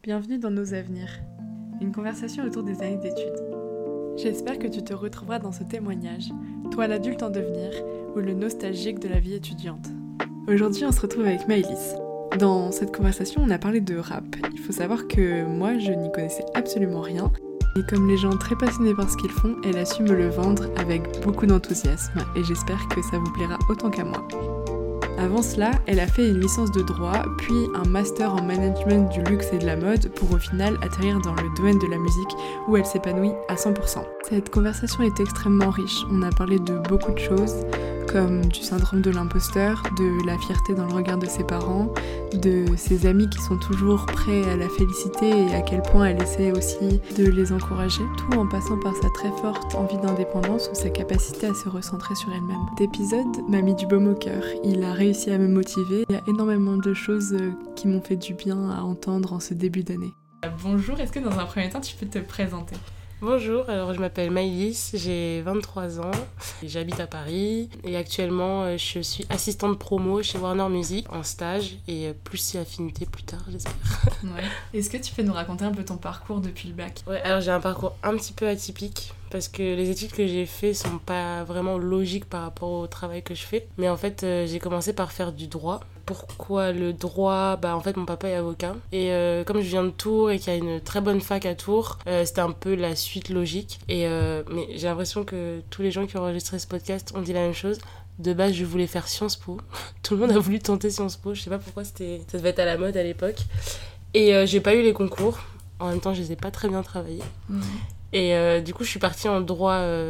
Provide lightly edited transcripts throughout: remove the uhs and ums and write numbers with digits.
Bienvenue dans Nos Avenirs, une conversation autour des années d'études. J'espère que tu te retrouveras dans ce témoignage, toi l'adulte en devenir ou le nostalgique de la vie étudiante. Aujourd'hui, on se retrouve avec Maëlys. Dans cette conversation, on a parlé de rap. Il faut savoir que moi, je n'y connaissais absolument rien. Et comme les gens très passionnés par ce qu'ils font, elle a su me le vendre avec beaucoup d'enthousiasme. Et j'espère que ça vous plaira autant qu'à moi. Avant cela, elle a fait une licence de droit, puis un master en management du luxe et de la mode pour au final atterrir dans le domaine de la musique où elle s'épanouit à 100%. Cette conversation est extrêmement riche. On a parlé de beaucoup de choses, comme du syndrome de l'imposteur, de la fierté dans le regard de ses parents, de ses amis qui sont toujours prêts à la féliciter et à quel point elle essaie aussi de les encourager, tout en passant par sa très forte envie d'indépendance ou sa capacité à se recentrer sur elle-même. Cet épisode m'a mis du baume au cœur. Il a réussi à me motiver. Il y a énormément de choses qui m'ont fait du bien à entendre en ce début d'année. Bonjour, est-ce que dans un premier temps tu peux te présenter ? Bonjour, alors je m'appelle Maëlys, j'ai 23 ans, j'habite à Paris et actuellement je suis assistante promo chez Warner Music en stage et plus si affinité plus tard j'espère. Ouais. Est-ce que tu peux nous raconter un peu ton parcours depuis le bac ? Ouais, alors j'ai un parcours un petit peu atypique parce que les études que j'ai fait sont pas vraiment logiques par rapport au travail que je fais, mais en fait j'ai commencé par faire du droit. Pourquoi le droit ? En fait, mon papa est avocat. Et comme je viens de Tours et qu'il y a une très bonne fac à Tours, c'était un peu la suite logique. Mais j'ai l'impression que tous les gens qui ont enregistré ce podcast ont dit la même chose. De base, je voulais faire Sciences Po. Tout le monde a voulu tenter Sciences Po. Je sais pas pourquoi, ça devait être à la mode à l'époque. Et j'ai pas eu les concours. En même temps, je les ai pas très bien travaillés. Mmh. Et du coup, je suis partie en droit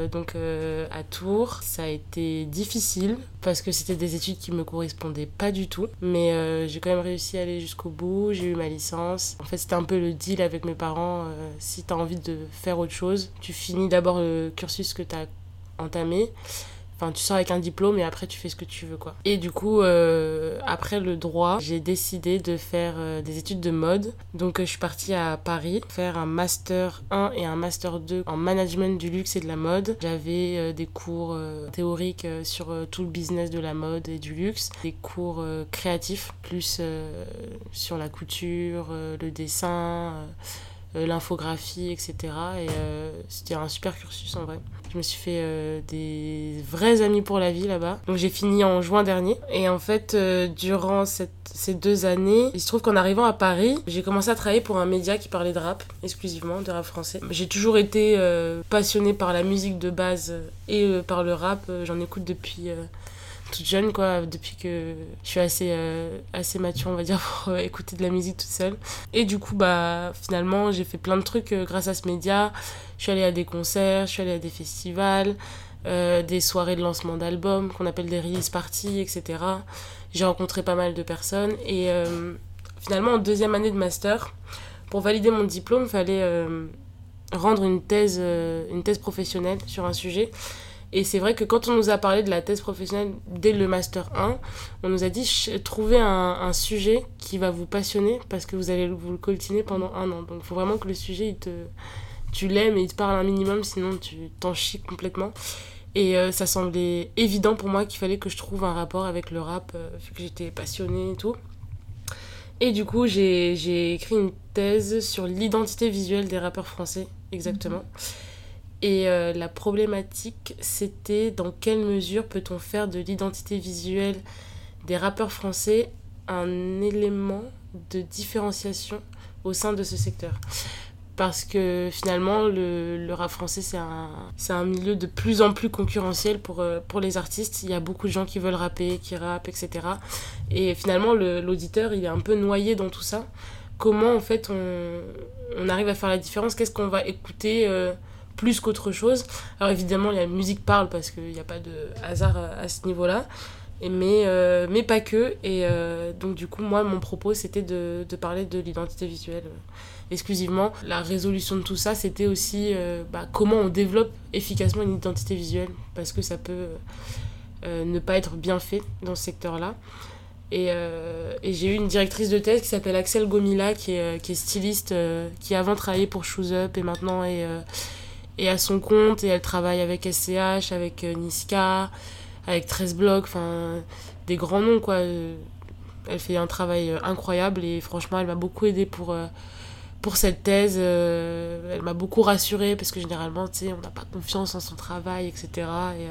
à Tours. Ça a été difficile parce que c'était des études qui me correspondaient pas du tout. Mais j'ai quand même réussi à aller jusqu'au bout. J'ai eu ma licence. En fait, c'était un peu le deal avec mes parents. Si t'as envie de faire autre chose, tu finis d'abord le cursus que t'as entamé. Enfin, tu sors avec un diplôme et après tu fais ce que tu veux, quoi. Et du coup, après le droit, j'ai décidé de faire des études de mode. Donc, je suis partie à Paris faire un master 1 et un master 2 en management du luxe et de la mode. J'avais des cours théoriques sur tout le business de la mode et du luxe, des cours créatifs, plus sur la couture, le dessin, l'infographie, etc. Et c'était un super cursus en vrai. Je me suis fait des vrais amis pour la vie là-bas. Donc j'ai fini en juin dernier. Et en fait, durant ces 2 années, il se trouve qu'en arrivant à Paris, j'ai commencé à travailler pour un média qui parlait de rap, exclusivement de rap français. J'ai toujours été passionnée par la musique de base et par le rap. J'en écoute depuis toute jeune, quoi, depuis que je suis assez mature, on va dire, pour écouter de la musique toute seule. Et du coup, finalement, j'ai fait plein de trucs grâce à ce média. Je suis allée à des concerts, je suis allée à des festivals, des soirées de lancement d'albums qu'on appelle des release parties, etc. J'ai rencontré pas mal de personnes. Et finalement, en 2e année de master, pour valider mon diplôme, il fallait rendre une thèse professionnelle sur un sujet. Et c'est vrai que quand on nous a parlé de la thèse professionnelle dès le Master 1, on nous a dit trouvez un sujet qui va vous passionner parce que vous allez vous le coltiner pendant 1 an. Donc il faut vraiment que le sujet, tu l'aimes et il te parle un minimum, sinon tu t'en chies complètement. Et ça semblait évident pour moi qu'il fallait que je trouve un rapport avec le rap, vu que j'étais passionnée et tout. Et du coup, j'ai écrit une thèse sur l'identité visuelle des rappeurs français, exactement. Et la problématique, c'était dans quelle mesure peut-on faire de l'identité visuelle des rappeurs français un élément de différenciation au sein de ce secteur. Parce que finalement, le rap français, c'est un milieu de plus en plus concurrentiel pour les artistes. Il y a beaucoup de gens qui veulent rapper, qui rappent, etc. Et finalement, l'auditeur, il est un peu noyé dans tout ça. Comment, en fait, on arrive à faire la différence ? Qu'est-ce qu'on va écouter plus qu'autre chose. Alors évidemment, la musique parle parce qu'il n'y a pas de hasard à ce niveau-là, mais pas que. Et donc du coup, moi, mon propos, c'était de parler de l'identité visuelle exclusivement. La résolution de tout ça, c'était aussi comment on développe efficacement une identité visuelle, parce que ça peut ne pas être bien fait dans ce secteur-là. Et j'ai eu une directrice de thèse qui s'appelle Axel Gomila, qui est styliste, qui avant travaillait pour Shoes Up et maintenant est à son compte, et elle travaille avec SCH, avec Niska, avec 13 Blocs, enfin des grands noms, quoi. Elle fait un travail incroyable et franchement elle m'a beaucoup aidée pour pour cette thèse. Elle m'a beaucoup rassurée parce que généralement, tu sais, on n'a pas confiance en son travail, etc.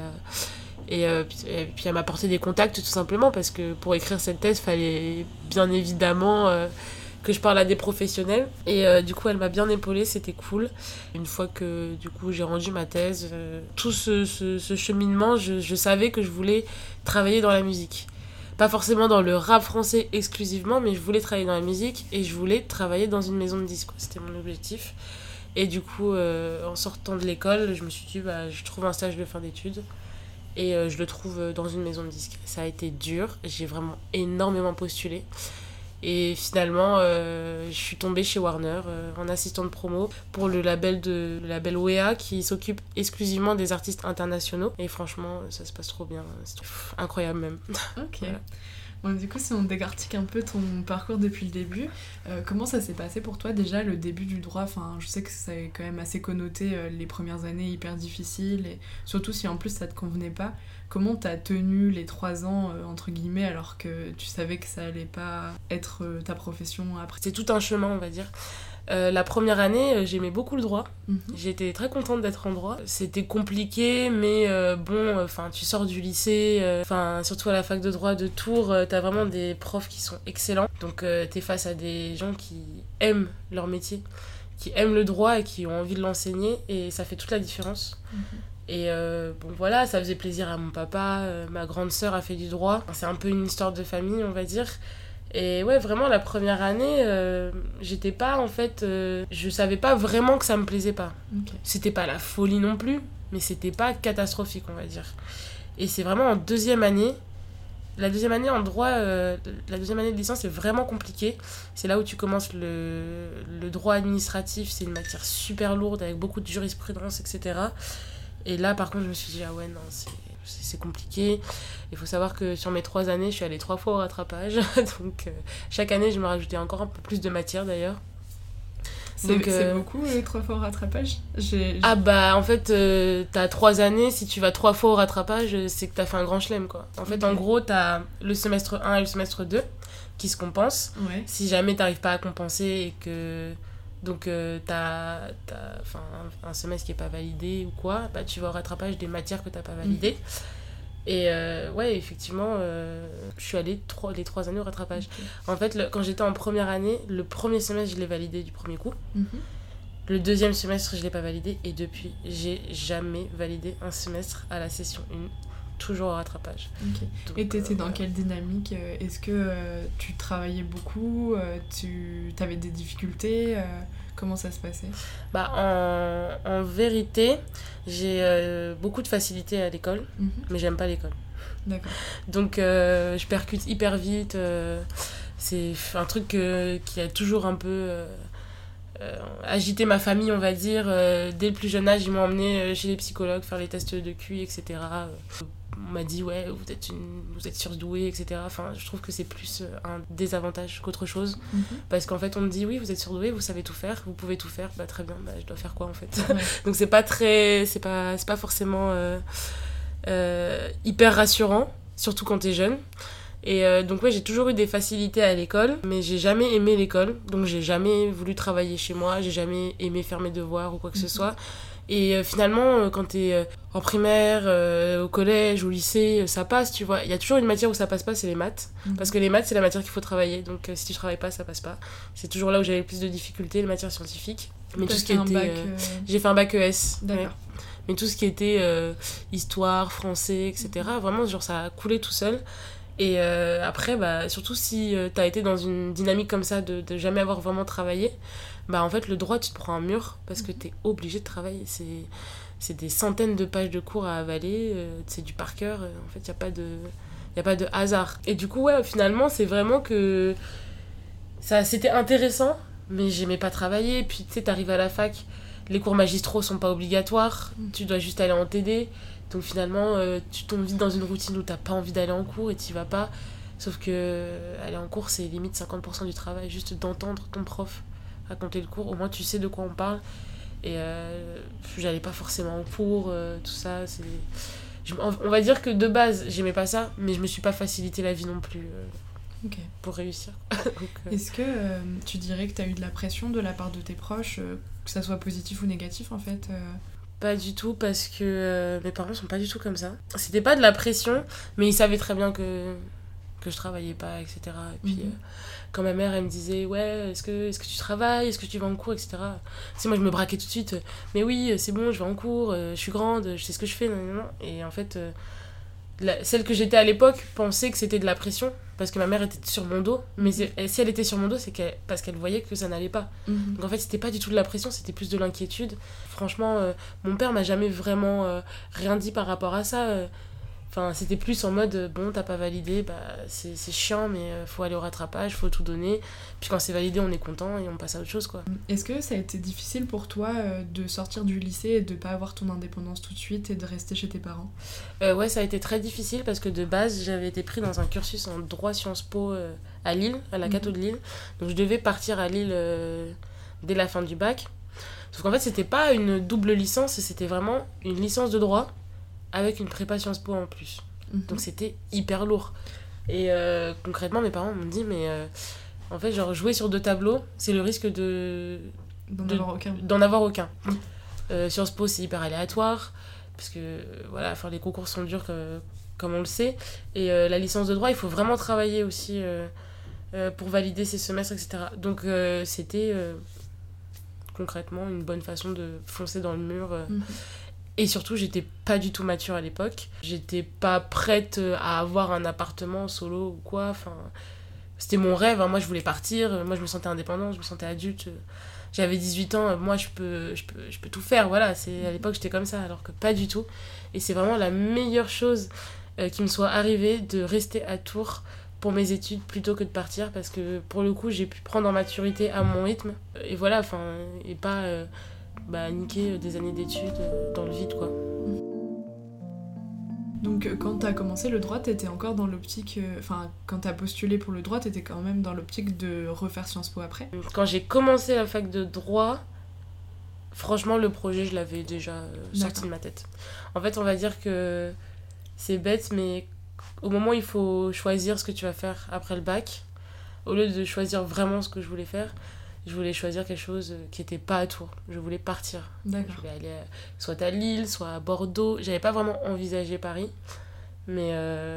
Et puis elle m'a apporté des contacts tout simplement parce que pour écrire cette thèse, il fallait bien évidemment que je parle à des professionnels. Et du coup, elle m'a bien épaulée, c'était cool. Une fois que du coup j'ai rendu ma thèse, tout ce cheminement, je savais que je voulais travailler dans la musique. Pas forcément dans le rap français exclusivement, mais je voulais travailler dans la musique et je voulais travailler dans une maison de disques. C'était mon objectif. Et du coup, en sortant de l'école, je me suis dit, je trouve un stage de fin d'études. Et je le trouve dans une maison de disques. Ça a été dur, j'ai vraiment énormément postulé. Et finalement, je suis tombée chez Warner en assistante promo pour le label WEA qui s'occupe exclusivement des artistes internationaux. Et franchement, ça se passe trop bien. C'est incroyable même. Ok. Voilà. Bon, du coup, si on décortique un peu ton parcours depuis le début, comment ça s'est passé pour toi déjà le début du droit? Enfin, je sais que c'est quand même assez connoté, les premières années hyper difficiles, et surtout si en plus ça te convenait pas. Comment t'as tenu les 3 ans, entre guillemets, alors que tu savais que ça allait pas être ta profession après? C'est tout un chemin, on va dire. La première année, j'aimais beaucoup le droit. J'étais très contente d'être en droit. C'était compliqué, mais tu sors du lycée, surtout à la fac de droit de Tours, t'as vraiment des profs qui sont excellents. Donc t'es face à des gens qui aiment leur métier, qui aiment le droit et qui ont envie de l'enseigner, et ça fait toute la différence. Et voilà, ça faisait plaisir à mon papa, ma grande sœur a fait du droit. C'est un peu une histoire de famille, on va dire. Et ouais, vraiment, la première année, j'étais pas, en fait... je savais pas vraiment que ça me plaisait pas. Okay. C'était pas la folie non plus, mais c'était pas catastrophique, on va dire. Et c'est vraiment en deuxième année... La deuxième année en droit, la deuxième année de licence, c'est vraiment compliqué. C'est là où tu commences le droit administratif. C'est une matière super lourde, avec beaucoup de jurisprudence, etc. Et là, par contre, je me suis dit, ah ouais, non, c'est compliqué. Il faut savoir que sur mes 3 années, je suis allée 3 fois au rattrapage. Donc, chaque année, je me rajoutais encore un peu plus de matière, d'ailleurs. C'est beaucoup, 3 fois au rattrapage? En fait, t'as 3 années, si tu vas 3 fois au rattrapage, c'est que t'as fait un grand chelem, quoi. En fait, en gros, t'as le semestre 1 et le semestre 2 qui se compensent. Ouais. Si jamais t'arrives pas à compenser et que... Donc, t'as un semestre qui est pas validé ou quoi, tu vas au rattrapage des matières que t'as pas validées. Et ouais, effectivement, je suis allée les 3 années au rattrapage. Okay. En fait, quand j'étais en première année, le premier semestre, je l'ai validé du premier coup. Le deuxième semestre, je l'ai pas validé. Et depuis, j'ai jamais validé un semestre à la session 1. Toujours au rattrapage. Okay. Donc, et t'étais dans quelle dynamique? Est-ce que tu travaillais beaucoup? Tu avais des difficultés? Comment ça se passait? En vérité, j'ai beaucoup de facilité à l'école, mais j'aime pas l'école. D'accord. Donc je percute hyper vite. C'est un truc qui a toujours un peu agité ma famille, on va dire. Dès le plus jeune âge, ils m'ont emmené chez les psychologues faire les tests de QI, etc. On m'a dit, ouais, vous êtes surdoué, etc. Enfin, je trouve que c'est plus un désavantage qu'autre chose. Parce qu'en fait, on me dit, oui, vous êtes surdoué, vous savez tout faire, vous pouvez tout faire. Très bien, je dois faire quoi, en fait? Ouais. Donc, c'est pas forcément hyper rassurant, surtout quand t'es jeune. Et donc, ouais, j'ai toujours eu des facilités à l'école, mais j'ai jamais aimé l'école. Donc, j'ai jamais voulu travailler chez moi, j'ai jamais aimé faire mes devoirs ou quoi que ce soit. Et finalement, quand t'es en primaire, au collège, au lycée, ça passe, tu vois. Il y a toujours une matière où ça passe pas, c'est les maths. Parce que les maths, c'est la matière qu'il faut travailler. Donc si tu travailles pas, ça passe pas. C'est toujours là où j'avais le plus de difficultés, les matières scientifiques. Mais tout ce qui était... J'ai fait un bac ES. D'accord. Ouais. Mais tout ce qui était histoire, français, etc., vraiment, genre, ça a coulé tout seul. Et après, surtout si t'as été dans une dynamique comme ça de jamais avoir vraiment travaillé, en fait, le droit, tu te prends un mur parce que t'es obligé de travailler. C'est des centaines de pages de cours à avaler, c'est du par cœur. En fait, y a pas de hasard. Et du coup, ouais, finalement, c'est vraiment que c'était intéressant, mais j'aimais pas travailler. Puis, tu sais, t'arrives à la fac, les cours magistraux sont pas obligatoires, tu dois juste aller en TD. Donc finalement, tu tombes vite dans une routine où t'as pas envie d'aller en cours et t'y vas pas. Sauf que aller en cours, c'est limite 50% du travail, juste d'entendre ton prof raconter le cours. Au moins, tu sais de quoi on parle. Et j'allais pas forcément en cours, tout ça. On va dire que de base, j'aimais pas ça, mais je me suis pas facilité la vie non plus. Ok. pour réussir. Donc, Est-ce que tu dirais que tu as eu de la pression de la part de tes proches, que ça soit positif ou négatif en fait pas du tout, parce que mes parents sont pas du tout comme ça. C'était pas de la pression, mais ils savaient très bien que je travaillais pas, etc. Et puis quand ma mère elle me disait ouais, est-ce que tu travailles, est-ce que tu vas en cours, etc. C'est moi je me braquais tout de suite, mais oui c'est bon, je vais en cours, je suis grande, je sais ce que je fais, non, non, non. Et en fait celle que j'étais à l'époque pensait que c'était de la pression parce que ma mère était sur mon dos, mais si elle était sur mon dos, c'est parce qu'elle voyait que ça n'allait pas. Donc en fait c'était pas du tout de la pression, c'était plus de l'inquiétude. Franchement mon père m'a jamais vraiment rien dit par rapport à ça. Enfin, c'était plus en mode, bon, t'as pas validé, bah, c'est chiant, mais faut aller au rattrapage, faut tout donner. Puis quand c'est validé, on est content et on passe à autre chose, quoi. Est-ce que ça a été difficile pour toi de sortir du lycée et de pas avoir ton indépendance tout de suite et de rester chez tes parents ? Ouais, ça a été très difficile parce que de base, j'avais été pris dans un cursus en droit Sciences Po à Lille, à la Cato de Lille. Donc je devais partir à Lille dès la fin du bac. Sauf qu'en fait, c'était pas une double licence, c'était vraiment une licence de droit avec une prépa Sciences Po en plus. Donc c'était hyper lourd. Et concrètement, mes parents m'ont dit, mais en fait, genre, jouer sur 2 tableaux, c'est le risque d'en avoir aucun. Sciences Po, c'est hyper aléatoire, parce que voilà, enfin, les concours sont durs comme on le sait. Et la licence de droit, il faut vraiment travailler aussi pour valider ses semestres, etc. Donc c'était concrètement une bonne façon de foncer dans le mur. Et surtout, j'étais pas du tout mature à l'époque. J'étais pas prête à avoir un appartement solo ou quoi. Enfin, c'était mon rêve. Hein. Moi, je voulais partir. Moi, je me sentais indépendante. Je me sentais adulte. J'avais 18 ans. Moi, je peux tout faire. Voilà, à l'époque, j'étais comme ça. Alors que pas du tout. Et c'est vraiment la meilleure chose qui me soit arrivée de rester à Tours pour mes études plutôt que de partir. Parce que pour le coup, j'ai pu prendre en maturité à mon rythme. Et voilà, enfin, et pas... niquer des années d'études dans le vide, quoi. Donc quand t'as commencé le droit, t'étais encore dans l'optique... quand t'as postulé pour le droit, t'étais quand même dans l'optique de refaire Sciences Po après ? Quand j'ai commencé la fac de droit, franchement, le projet, je l'avais déjà sorti de ma tête. En fait, on va dire que c'est bête, mais au moment où il faut choisir ce que tu vas faire après le bac, au lieu de choisir vraiment ce que je voulais faire, je voulais choisir quelque chose qui n'était pas à Tours. Je voulais partir. D'accord. Je voulais aller soit à Lille, soit à Bordeaux. J'avais pas vraiment envisagé Paris. Mais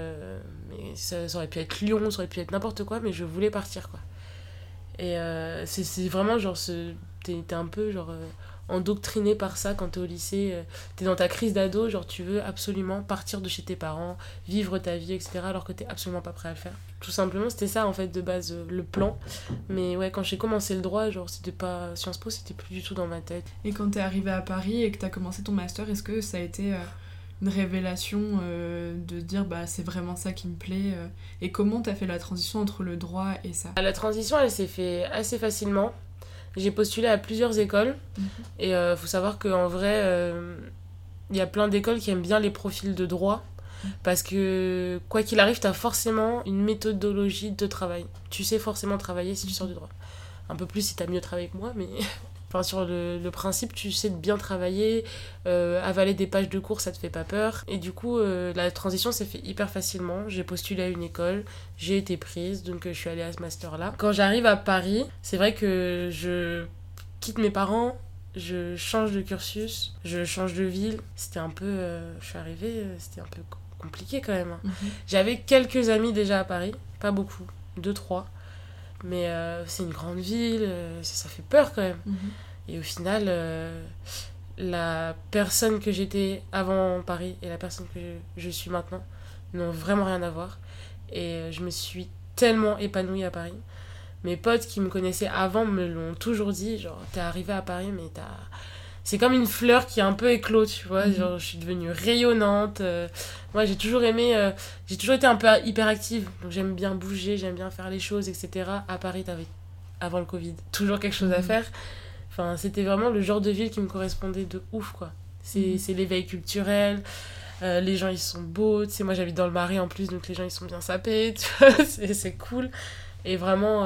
ça aurait pu être Lyon, ça aurait pu être n'importe quoi, mais je voulais partir, quoi. Et c'est vraiment genre... T'es un peu genre... endoctriné par ça quand t'es au lycée, t'es dans ta crise d'ado, genre tu veux absolument partir de chez tes parents, vivre ta vie, etc., alors que t'es absolument pas prêt à le faire. Tout simplement, c'était ça en fait de base le plan. Mais ouais, quand j'ai commencé le droit, genre c'était pas Sciences Po, c'était plus du tout dans ma tête. Et quand t'es arrivée à Paris et que t'as commencé ton master, est-ce que ça a été une révélation de dire bah c'est vraiment ça qui me plaît et comment t'as fait la transition entre le droit et ça ? La transition, elle s'est fait assez facilement. J'ai postulé à plusieurs écoles et faut savoir qu'en vrai, il y a plein d'écoles qui aiment bien les profils de droit parce que quoi qu'il arrive, t'as forcément une méthodologie de travail. Tu sais forcément travailler si tu sors du droit. Un peu plus si t'as mieux travaillé que moi, mais enfin, sur le principe, tu sais de bien travailler, avaler des pages de cours, ça te fait pas peur. Et du coup, la transition s'est fait hyper facilement. J'ai postulé à une école, j'ai été prise, donc je suis allée à ce master-là. Quand j'arrive à Paris, c'est vrai que je quitte mes parents, je change de cursus, je change de ville. C'était un peu... je suis arrivée, c'était un peu compliqué quand même. J'avais quelques amis déjà à Paris, pas beaucoup, 2-3. Mais c'est une grande ville, ça fait peur quand même. Et au final, la personne que j'étais avant Paris et la personne que je suis maintenant n'ont vraiment rien à voir. Et je me suis tellement épanouie à Paris. Mes potes qui me connaissaient avant me l'ont toujours dit, genre, t'es arrivée à Paris, mais c'est comme une fleur qui a un peu éclos, tu vois, genre je suis devenue rayonnante. Moi j'ai toujours aimé, j'ai toujours été un peu hyperactive, donc j'aime bien bouger, j'aime bien faire les choses, etc. À Paris, t'avais, avant le Covid, toujours quelque chose à faire. Enfin, c'était vraiment le genre de ville qui me correspondait de ouf, quoi. C'est l'éveil culturel, les gens ils sont beaux, tu sais, moi j'habite dans le Marais en plus, donc les gens ils sont bien sapés, tu vois, c'est cool. Et vraiment,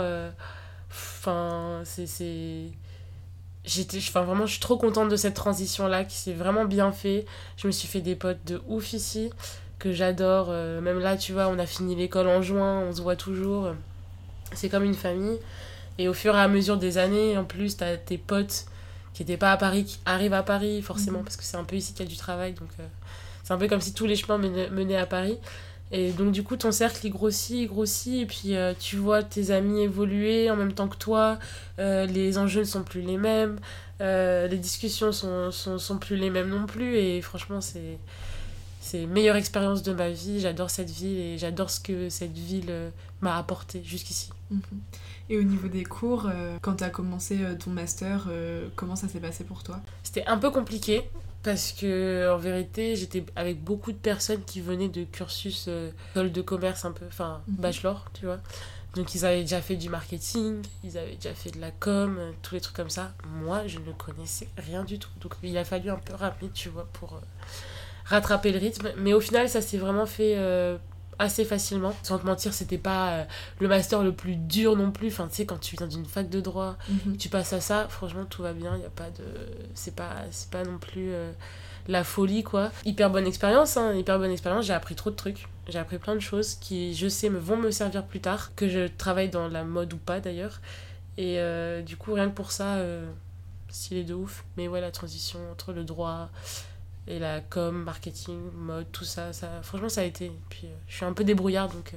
vraiment, je suis trop contente de cette transition-là, qui s'est vraiment bien fait. Je me suis fait des potes de ouf ici, que j'adore. Même là, tu vois, on a fini l'école en juin, on se voit toujours. C'est comme une famille. Et au fur et à mesure des années, en plus, t'as tes potes qui n'étaient pas à Paris, qui arrivent à Paris, forcément, parce que c'est un peu ici qu'il y a du travail. Donc, c'est un peu comme si tous les chemins menaient à Paris. Et donc, du coup, ton cercle, il grossit. Et puis, tu vois tes amis évoluer en même temps que toi. Les enjeux ne sont plus les mêmes. Les discussions sont plus les mêmes non plus. Et franchement, c'est la meilleure expérience de ma vie. J'adore cette ville et j'adore ce que cette ville m'a apporté jusqu'ici. Et au niveau des cours, quand tu as commencé ton master, comment ça s'est passé pour toi ? C'était un peu compliqué parce que en vérité, j'étais avec beaucoup de personnes qui venaient de cursus école de commerce un peu, enfin bachelor, tu vois. Donc ils avaient déjà fait du marketing, ils avaient déjà fait de la com, tous les trucs comme ça. Moi, je ne connaissais rien du tout. Donc il a fallu un peu rapide, tu vois, pour rattraper le rythme. Mais au final, ça s'est vraiment fait assez facilement. Sans te mentir, c'était pas le master le plus dur non plus. Enfin, tu sais, quand tu viens d'une fac de droit, tu passes à ça, franchement, tout va bien. Y a pas de... c'est pas non plus la folie, quoi. Hyper bonne expérience, hein. Hyper bonne expérience. J'ai appris trop de trucs. J'ai appris plein de choses qui, je sais, vont me servir plus tard. Que je travaille dans la mode ou pas, d'ailleurs. Et du coup, rien que pour ça, stylé de ouf. Mais ouais, la transition entre le droit... et la com, marketing, mode, tout ça, franchement ça a été. Puis je suis un peu débrouillarde donc...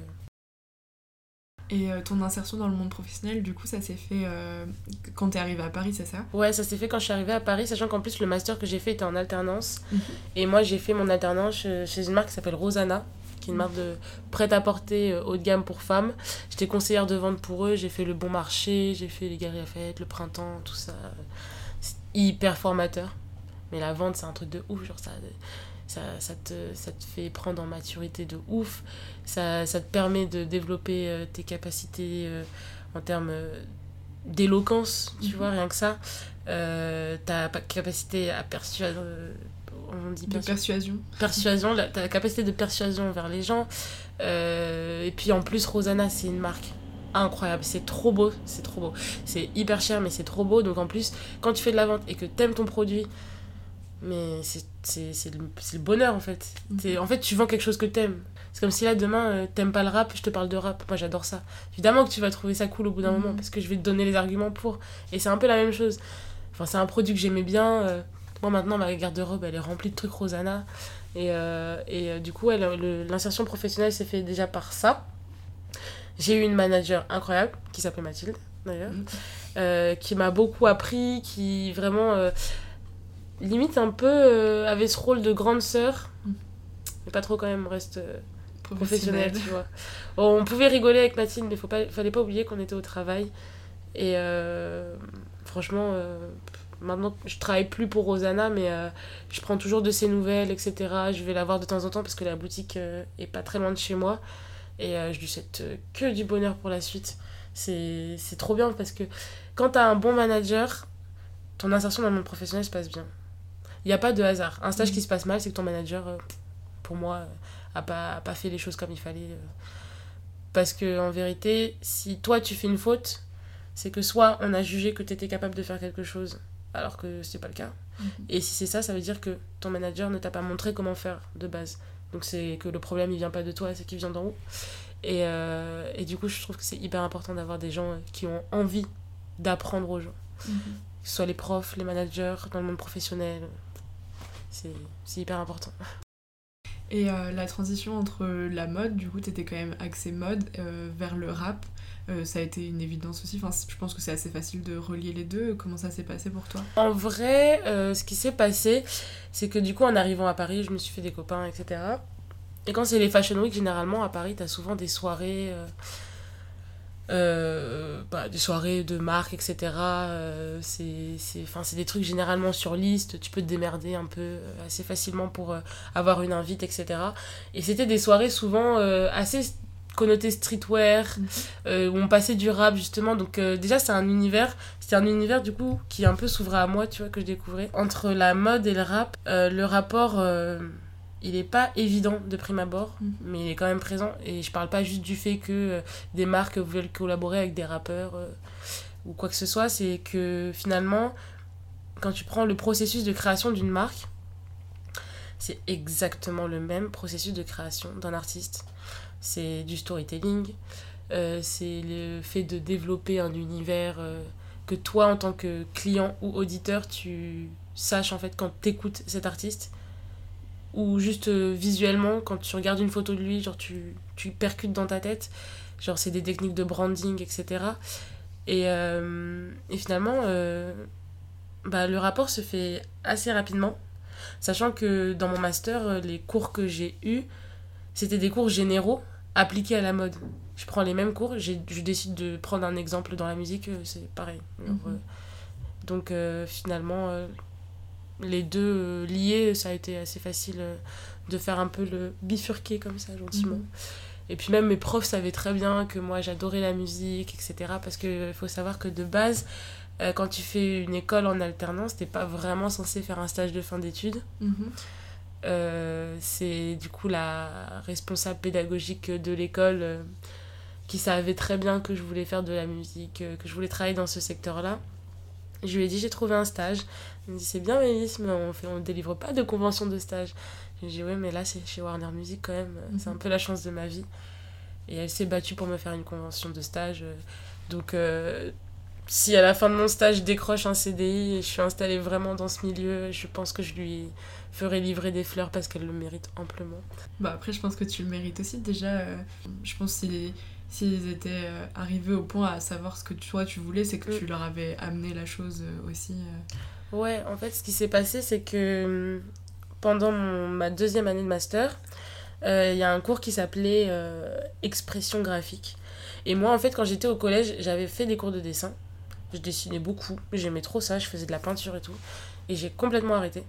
Et ton insertion dans le monde professionnel, du coup ça s'est fait quand t'es arrivée à Paris, c'est ça ? Ouais, ça s'est fait quand je suis arrivée à Paris, sachant qu'en plus le master que j'ai fait était en alternance. Et moi j'ai fait mon alternance chez une marque qui s'appelle Rosanna, qui est une marque de prêt-à-porter haut de gamme pour femmes. J'étais conseillère de vente pour eux, j'ai fait le bon marché, j'ai fait les Galeries Lafayette, le printemps, tout ça. C'est hyper formateur. Mais la vente, c'est un truc de ouf, genre ça te fait prendre en maturité de ouf, ça te permet de développer tes capacités en termes d'éloquence, tu vois, rien que ça. Ta capacité à persuader... on dit persuasion. Persuasion, ta capacité de persuasion vers les gens. Et puis en plus, Rosanna, c'est une marque incroyable, c'est trop beau. C'est hyper cher, mais c'est trop beau. Donc en plus, quand tu fais de la vente et que t'aimes ton produit, mais c'est le bonheur en fait. En fait, tu vends quelque chose que t'aimes. C'est comme si là demain t'aimes pas le rap, je te parle de rap. Moi j'adore ça. Évidemment que tu vas trouver ça cool au bout d'un moment parce que je vais te donner les arguments pour. Et c'est un peu la même chose. Enfin, c'est un produit que j'aimais bien. Moi maintenant ma garde-robe elle est remplie de trucs Rosanna. Et du coup l'insertion professionnelle s'est fait déjà par ça. J'ai eu une manager incroyable qui s'appelait Mathilde d'ailleurs. Qui m'a beaucoup appris, qui vraiment... limite un peu avait ce rôle de grande sœur, mais pas trop quand même, on reste professionnel, tu vois. Bon, on pouvait rigoler avec Mathilde, mais fallait pas oublier qu'on était au travail. Et franchement, maintenant je travaille plus pour Rosanna, mais je prends toujours de ses nouvelles, etc. Je vais la voir de temps en temps parce que la boutique est pas très loin de chez moi. Et je lui souhaite que du bonheur pour la suite. C'est trop bien parce que quand t'as un bon manager, ton insertion dans le monde professionnel se passe bien. Il n'y a pas de hasard. Un stage qui se passe mal, c'est que ton manager, pour moi, a pas fait les choses comme il fallait. Parce que en vérité, si toi tu fais une faute, c'est que soit on a jugé que tu étais capable de faire quelque chose, alors que c'est pas le cas. Et si c'est ça, ça veut dire que ton manager ne t'a pas montré comment faire de base. Donc c'est que le problème il vient pas de toi, c'est qu'il vient d'en haut. Et du coup, je trouve que c'est hyper important d'avoir des gens qui ont envie d'apprendre aux gens. Que ce soit les profs, les managers, dans le monde professionnel. C'est hyper important. Et la transition entre la mode, du coup t'étais quand même axée mode, vers le rap, ça a été une évidence aussi, enfin, je pense que c'est assez facile de relier les deux. Comment ça s'est passé pour toi ? En vrai, ce qui s'est passé, c'est que du coup en arrivant à Paris, je me suis fait des copains, etc. Et quand c'est les Fashion Week, généralement à Paris, t'as souvent des soirées... des soirées de marque, etc. C'est des trucs généralement sur liste, tu peux te démerder un peu assez facilement pour avoir une invite, etc. Et c'était des soirées souvent assez connotées streetwear, où on passait du rap justement. Donc déjà c'était un univers du coup qui un peu s'ouvrait à moi, tu vois, que je découvrais. Entre la mode et le rap, le rapport... il est pas évident de prime abord, mais il est quand même présent. Et je parle pas juste du fait que des marques veulent collaborer avec des rappeurs ou quoi que ce soit. C'est que finalement, quand tu prends le processus de création d'une marque, c'est exactement le même processus de création d'un artiste. C'est du storytelling, c'est le fait de développer un univers que toi, en tant que client ou auditeur, tu saches en fait quand t'écoutes cet artiste, ou juste visuellement, quand tu regardes une photo de lui, genre tu percutes dans ta tête, genre c'est des techniques de branding, etc. Et finalement, le rapport se fait assez rapidement, sachant que dans mon master, les cours que j'ai eus, c'était des cours généraux appliqués à la mode. Je prends les mêmes cours, je décide de prendre un exemple dans la musique, c'est pareil. Donc finalement, les deux liés, ça a été assez facile de faire un peu le bifurquer comme ça, gentiment. Et puis même mes profs savaient très bien que moi j'adorais la musique, etc. Parce qu'il faut savoir que de base, quand tu fais une école en alternance, t'es pas vraiment censé faire un stage de fin d'études. C'est du coup la responsable pédagogique de l'école qui savait très bien que je voulais faire de la musique, que je voulais travailler dans ce secteur-là. Je lui ai dit j'ai trouvé un stage. Elle me dit c'est bien Mélisse, mais on délivre pas de convention de stage. J'ai dit ouais mais là c'est chez Warner Music quand même, c'est un peu la chance de ma vie. Et elle s'est battue pour me faire une convention de stage. Donc si à la fin de mon stage je décroche un CDI et je suis installée vraiment dans ce milieu, je pense que je lui ferai livrer des fleurs parce qu'elle le mérite amplement. Après je pense que tu le mérites aussi déjà. Je pense que s'ils étaient arrivés au point à savoir ce que toi tu voulais, c'est que tu leur avais amené la chose aussi. Ouais, en fait ce qui s'est passé c'est que pendant ma deuxième année de master, il y a un cours qui s'appelait expression graphique. Et moi en fait quand j'étais au collège, j'avais fait des cours de dessin. Je dessinais beaucoup, j'aimais trop ça, je faisais de la peinture et tout. Et j'ai complètement arrêté.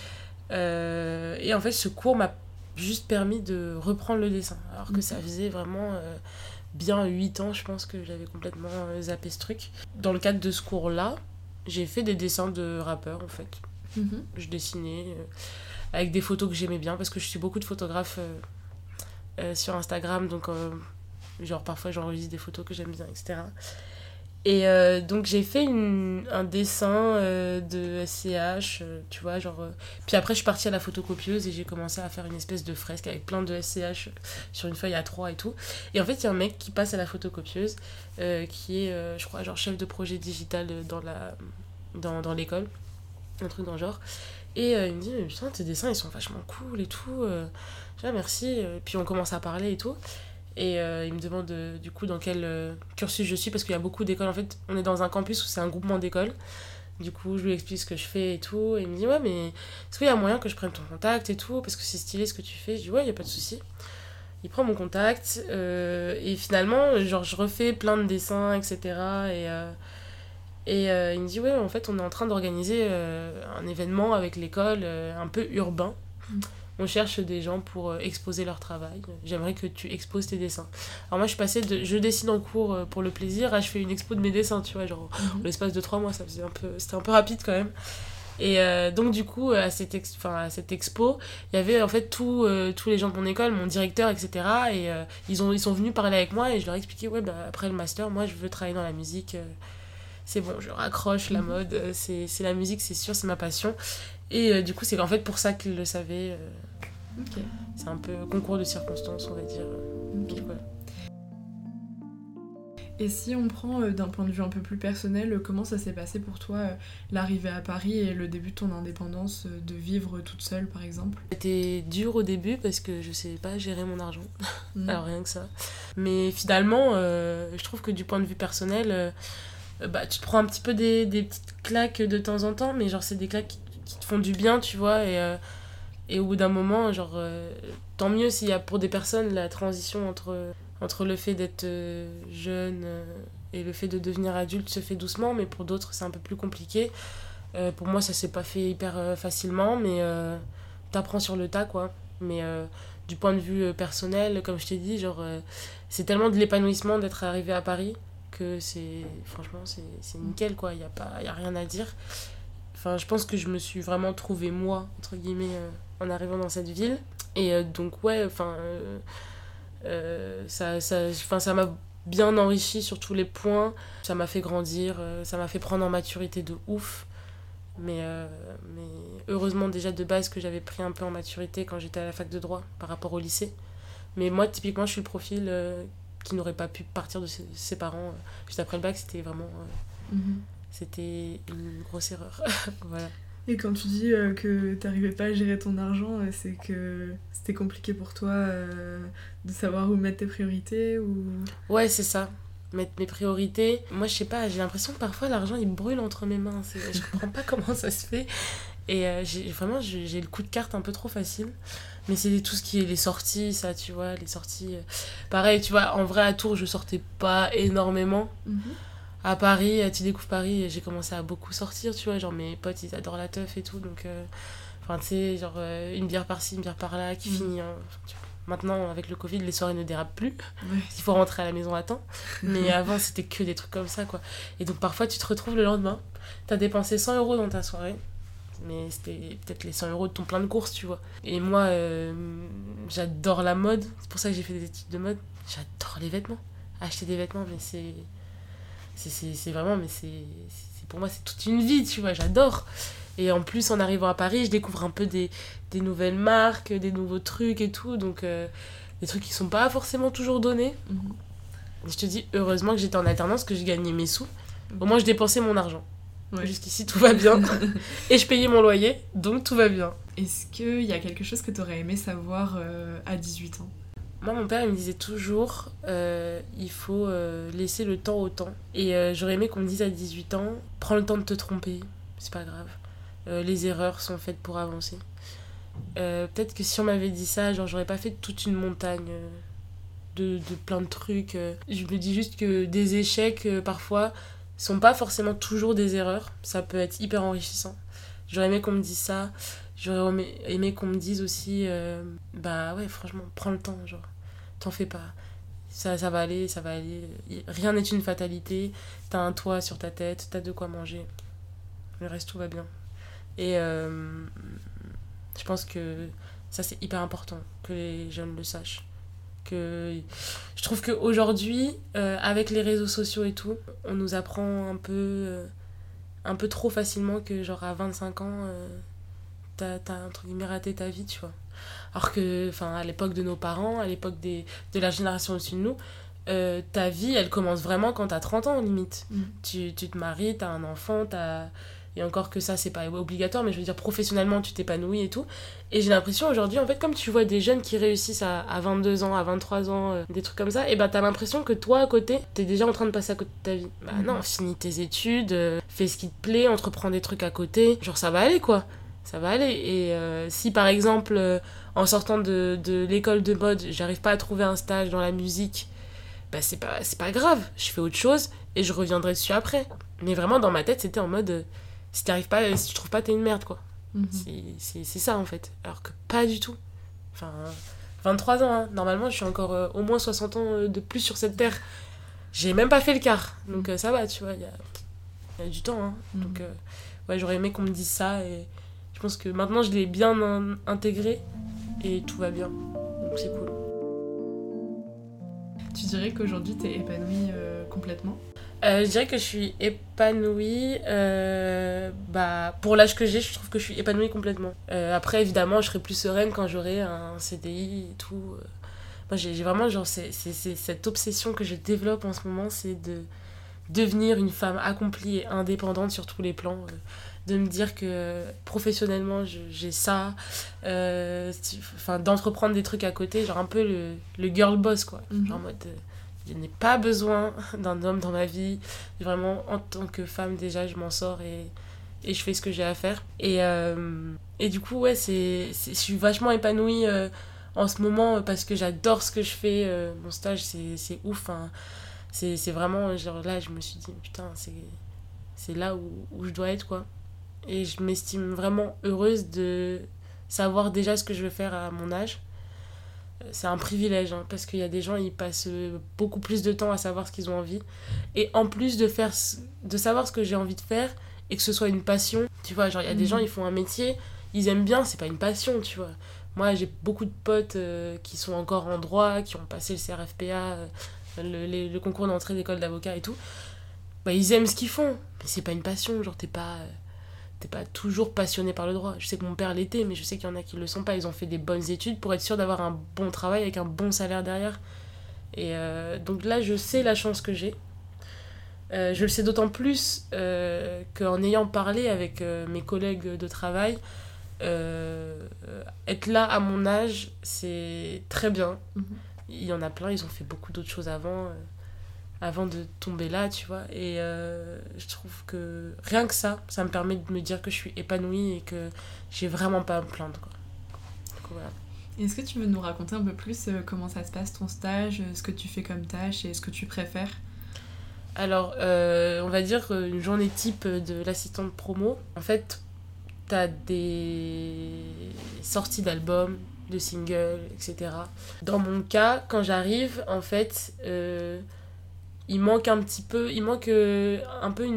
Et en fait ce cours m'a juste permis de reprendre le dessin. Alors que ça faisait vraiment bien 8 ans je pense que j'avais complètement zappé ce truc. Dans le cadre de ce cours-là, j'ai fait des dessins de rappeurs en fait. Je dessinais avec des photos que j'aimais bien parce que je suis beaucoup de photographes sur Instagram, donc genre parfois j'enregistre des photos que j'aime bien, etc. Et donc j'ai fait un dessin de SCH, tu vois, genre... Puis après je suis partie à la photocopieuse et j'ai commencé à faire une espèce de fresque avec plein de SCH sur une feuille A3 et tout. Et en fait il y a un mec qui passe à la photocopieuse qui est, je crois, genre chef de projet digital dans l'école, un truc dans le genre. Et il me dit, mais putain, tes dessins ils sont vachement cool et tout. Je dis, ah, merci. Puis on commence à parler et tout. Et il me demande du coup dans quel cursus je suis, parce qu'il y a beaucoup d'écoles. En fait, on est dans un campus où c'est un groupement d'écoles. Du coup, je lui explique ce que je fais et tout. Et il me dit, ouais, mais est-ce qu'il y a moyen que je prenne ton contact et tout, parce que c'est stylé ce que tu fais. Je dis, ouais, il n'y a pas de souci. Il prend mon contact. Et finalement, genre, je refais plein de dessins, etc. Et il me dit, ouais, en fait, on est en train d'organiser un événement avec l'école, un peu urbain. On cherche des gens pour exposer leur travail. J'aimerais que tu exposes tes dessins. Alors moi, je suis passée de je dessine en cours pour le plaisir à je fais une expo de mes dessins, tu vois, genre l'espace de 3 mois, c'était un peu rapide quand même. Et donc du coup, à cette expo, il y avait en fait tous les gens de mon école, mon directeur, etc. Et ils sont venus parler avec moi et je leur ai expliqué, ouais, bah, après le master, moi, je veux travailler dans la musique. C'est bon, je raccroche la mode, c'est la musique, c'est sûr, c'est ma passion. Et du coup, c'est en fait pour ça qu'ils le savaient. C'est un peu concours de circonstances, on va dire. Voilà. Et si on prend d'un point de vue un peu plus personnel, comment ça s'est passé pour toi, l'arrivée à Paris et le début de ton indépendance, de vivre toute seule par exemple ? C'était dur au début parce que je sais pas gérer mon argent. Alors rien que ça. Mais finalement, je trouve que du point de vue personnel, tu te prends un petit peu des petites claques de temps en temps, mais genre c'est des claques qui te font du bien, tu vois, et au bout d'un moment, genre, tant mieux s'il y a pour des personnes la transition entre le fait d'être jeune et le fait de devenir adulte se fait doucement, mais pour d'autres c'est un peu plus compliqué. Pour moi ça s'est pas fait hyper facilement, mais t'apprends sur le tas, quoi. Mais du point de vue personnel, comme je t'ai dit, genre, c'est tellement de l'épanouissement d'être arrivé à Paris que franchement c'est nickel, quoi. Y a rien à dire. Enfin, je pense que je me suis vraiment trouvée moi, entre guillemets, en arrivant dans cette ville. Et donc, ouais, ça m'a bien enrichi sur tous les points. Ça m'a fait grandir, ça m'a fait prendre en maturité de ouf. Mais heureusement déjà de base que j'avais pris un peu en maturité quand j'étais à la fac de droit par rapport au lycée. Mais moi, typiquement, je suis le profil qui n'aurait pas pu partir de ses parents juste après le bac. C'était vraiment... C'était une grosse erreur. Voilà. Et quand tu dis que t'arrivais pas à gérer ton argent, c'est que c'était compliqué pour toi de savoir où mettre tes priorités ou... Ouais, c'est ça. Mettre mes priorités. Moi, je sais pas, j'ai l'impression que parfois l'argent il brûle entre mes mains. Je comprends pas comment ça se fait. Et j'ai le coup de carte un peu trop facile. Mais c'est tout ce qui est les sorties, ça, tu vois, les sorties. Pareil, tu vois, en vrai, à Tours, je sortais pas énormément. À Paris, tu découvres Paris, j'ai commencé à beaucoup sortir, tu vois, genre mes potes, ils adorent la teuf et tout, donc... Enfin, tu sais, genre une bière par-ci, une bière par-là, qui finit... Hein, maintenant, avec le Covid, les soirées ne dérapent plus. Ouais. Il faut rentrer à la maison à temps. Mais avant, c'était que des trucs comme ça, quoi. Et donc, parfois, tu te retrouves le lendemain, t'as dépensé 100 € dans ta soirée, mais c'était peut-être les 100 € de ton plein de courses, tu vois. Et moi, j'adore la mode. C'est pour ça que j'ai fait des études de mode. J'adore les vêtements. Acheter des vêtements, mais c'est vraiment... Mais pour moi, c'est toute une vie, tu vois. J'adore. Et en plus, en arrivant à Paris, je découvre un peu des nouvelles marques, des nouveaux trucs et tout. Donc, des trucs qui sont pas forcément toujours donnés. Je te dis, heureusement que j'étais en alternance, que je gagnais mes sous. Au moins, je dépensais mon argent. Ouais. Jusqu'ici, tout va bien. Et je payais mon loyer, donc tout va bien. Est-ce qu'il y a quelque chose que tu aurais aimé savoir à 18 ans ? Moi, mon père, il me disait toujours, il faut laisser le temps au temps. Et j'aurais aimé qu'on me dise à 18 ans, prends le temps de te tromper, c'est pas grave. Les erreurs sont faites pour avancer. Peut-être que si on m'avait dit ça, genre, j'aurais pas fait toute une montagne de plein de trucs. Je me dis juste que des échecs, parfois, sont pas forcément toujours des erreurs. Ça peut être hyper enrichissant. J'aurais aimé qu'on me dise ça. J'aurais aimé qu'on me dise aussi, bah ouais, franchement, prends le temps, genre, t'en fais pas. Ça va aller, ça va aller. Rien n'est une fatalité. T'as un toit sur ta tête, t'as de quoi manger. Le reste, tout va bien. Et je pense que ça, c'est hyper important, que les jeunes le sachent. Je trouve qu'aujourd'hui, avec les réseaux sociaux et tout, on nous apprend un peu trop facilement que genre à 25 ans, t'as entre guillemets raté ta vie, tu vois. Alors que, à l'époque de nos parents, à l'époque de la génération au-dessus de nous, ta vie, elle commence vraiment quand t'as 30 ans, limite. Tu te maries, t'as un enfant, et encore que ça, c'est pas obligatoire, mais je veux dire, professionnellement, tu t'épanouis et tout. Et j'ai l'impression aujourd'hui, en fait, comme tu vois des jeunes qui réussissent à 22 ans, à 23 ans, des trucs comme ça, et ben t'as l'impression que toi, à côté, t'es déjà en train de passer à côté de ta vie. Bah non, finis tes études, fais ce qui te plaît, entreprends des trucs à côté. Genre, ça va aller, quoi. Ça va aller. Et si, par exemple, en sortant de l'école de mode, j'arrive pas à trouver un stage dans la musique, bah c'est pas grave. Je fais autre chose et je reviendrai dessus après. Mais vraiment, dans ma tête, c'était en mode... si tu trouves pas, t'es une merde, quoi. C'est ça, en fait. Alors que pas du tout. 23 ans, hein. Normalement, je suis encore au moins 60 ans de plus sur cette terre. J'ai même pas fait le quart. Donc ça va, tu vois, il y a du temps, hein. Donc, ouais, j'aurais aimé qu'on me dise ça. Et je pense que maintenant, je l'ai bien intégré. Et tout va bien. Donc c'est cool. Tu dirais qu'aujourd'hui, t'es épanouie complètement ? Je dirais que je suis épanouie. Pour l'âge que j'ai, je trouve que je suis épanouie complètement. Après, évidemment, je serai plus sereine quand j'aurai un CDI et tout. Moi, j'ai vraiment, genre, c'est cette obsession que je développe en ce moment, c'est de devenir une femme accomplie et indépendante sur tous les plans. De me dire que professionnellement, j'ai ça. D'entreprendre des trucs à côté, genre un peu le girl boss, quoi. Genre en mode... je n'ai pas besoin d'un homme dans ma vie. Vraiment, en tant que femme, déjà, je m'en sors et je fais ce que j'ai à faire. Et du coup, ouais, je suis vachement épanouie en ce moment parce que j'adore ce que je fais. Mon stage, c'est ouf. Hein. C'est vraiment, genre là, je me suis dit, putain, c'est là où je dois être, quoi. Et je m'estime vraiment heureuse de savoir déjà ce que je veux faire à mon âge. C'est un privilège, hein, parce qu'il y a des gens, ils passent beaucoup plus de temps à savoir ce qu'ils ont envie. Et en plus de savoir ce que j'ai envie de faire, et que ce soit une passion, tu vois, genre il y a des gens, ils font un métier, ils aiment bien, c'est pas une passion, tu vois. Moi, j'ai beaucoup de potes qui sont encore en droit, qui ont passé le CRFPA, le concours d'entrée d'école d'avocat et tout. Bah, ils aiment ce qu'ils font, mais c'est pas une passion, genre t'es pas toujours passionné par le droit. Je sais que mon père l'était, mais je sais qu'il y en a qui le sont pas. Ils ont fait des bonnes études pour être sûr d'avoir un bon travail avec un bon salaire derrière. Et donc là, je sais la chance que j'ai. Je le sais d'autant plus qu'en ayant parlé avec mes collègues de travail, être là à mon âge, c'est très bien. Il y en a plein, ils ont fait beaucoup d'autres choses avant de tomber là, tu vois. Et je trouve que rien que ça me permet de me dire que je suis épanouie et que j'ai vraiment pas à me plaindre, quoi. Donc, voilà. Est-ce que tu veux nous raconter un peu plus comment ça se passe ton stage, ce que tu fais comme tâche et ce que tu préfères ? Alors, on va dire une journée type de l'assistante promo. En fait, t'as des sorties d'albums, de singles, etc. Dans mon cas, quand j'arrive, en fait, il manque un peu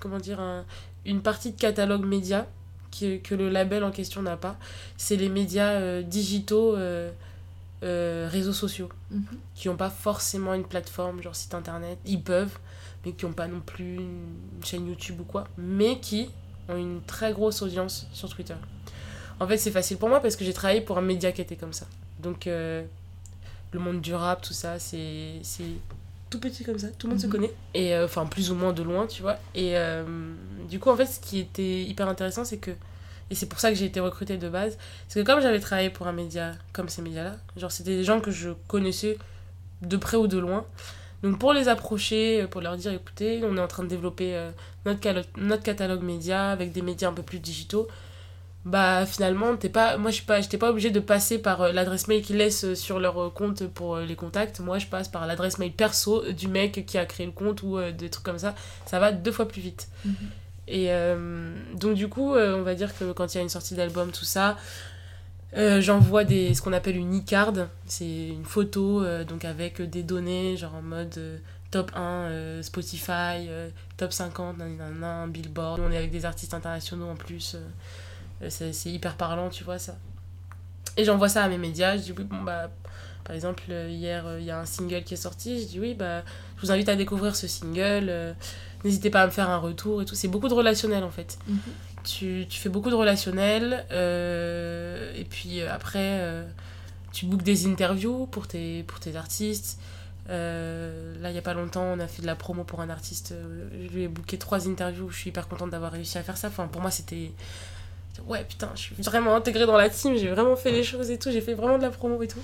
une partie de catalogue média que le label en question n'a pas. C'est les médias digitaux, réseaux sociaux, qui n'ont pas forcément une plateforme, genre site internet. Ils peuvent, mais qui n'ont pas non plus une chaîne YouTube ou quoi, mais qui ont une très grosse audience sur Twitter. En fait, c'est facile pour moi parce que j'ai travaillé pour un média qui était comme ça. Donc, le monde du rap, tout ça, c'est tout petit comme ça, tout le monde se connaît. Et enfin, plus ou moins de loin, tu vois. Et du coup, en fait, ce qui était hyper intéressant, c'est que, et c'est pour ça que j'ai été recrutée de base, c'est que comme j'avais travaillé pour un média comme ces médias-là, genre c'était des gens que je connaissais de près ou de loin. Donc pour les approcher, pour leur dire écoutez, on est en train de développer notre catalogue média avec des médias un peu plus digitaux, bah finalement j'étais pas obligée de passer par l'adresse mail qu'ils laissent sur leur compte pour les contacts. Moi je passe par l'adresse mail perso du mec qui a créé le compte ou des trucs comme ça va 2 fois plus vite. Et donc du coup on va dire que quand il y a une sortie d'album, tout ça, j'envoie ce qu'on appelle une e-card. C'est une photo donc avec des données genre en mode top 1 Spotify, top 50 nanana, Billboard. On est avec des artistes internationaux en plus, c'est hyper parlant, tu vois ça. Et j'envoie ça à mes médias, je dis oui, bon bah par exemple hier il y a un single qui est sorti, je dis oui bah je vous invite à découvrir ce single, n'hésitez pas à me faire un retour et tout. C'est beaucoup de relationnel en fait. Tu fais beaucoup de relationnel et puis après tu bookes des interviews pour tes artistes. Là il y a pas longtemps on a fait de la promo pour un artiste, je lui ai booké 3 interviews, je suis hyper contente d'avoir réussi à faire ça. Enfin, pour moi c'était ouais putain, je suis vraiment intégrée dans la team, j'ai vraiment fait les choses et tout, j'ai fait vraiment de la promo et tout.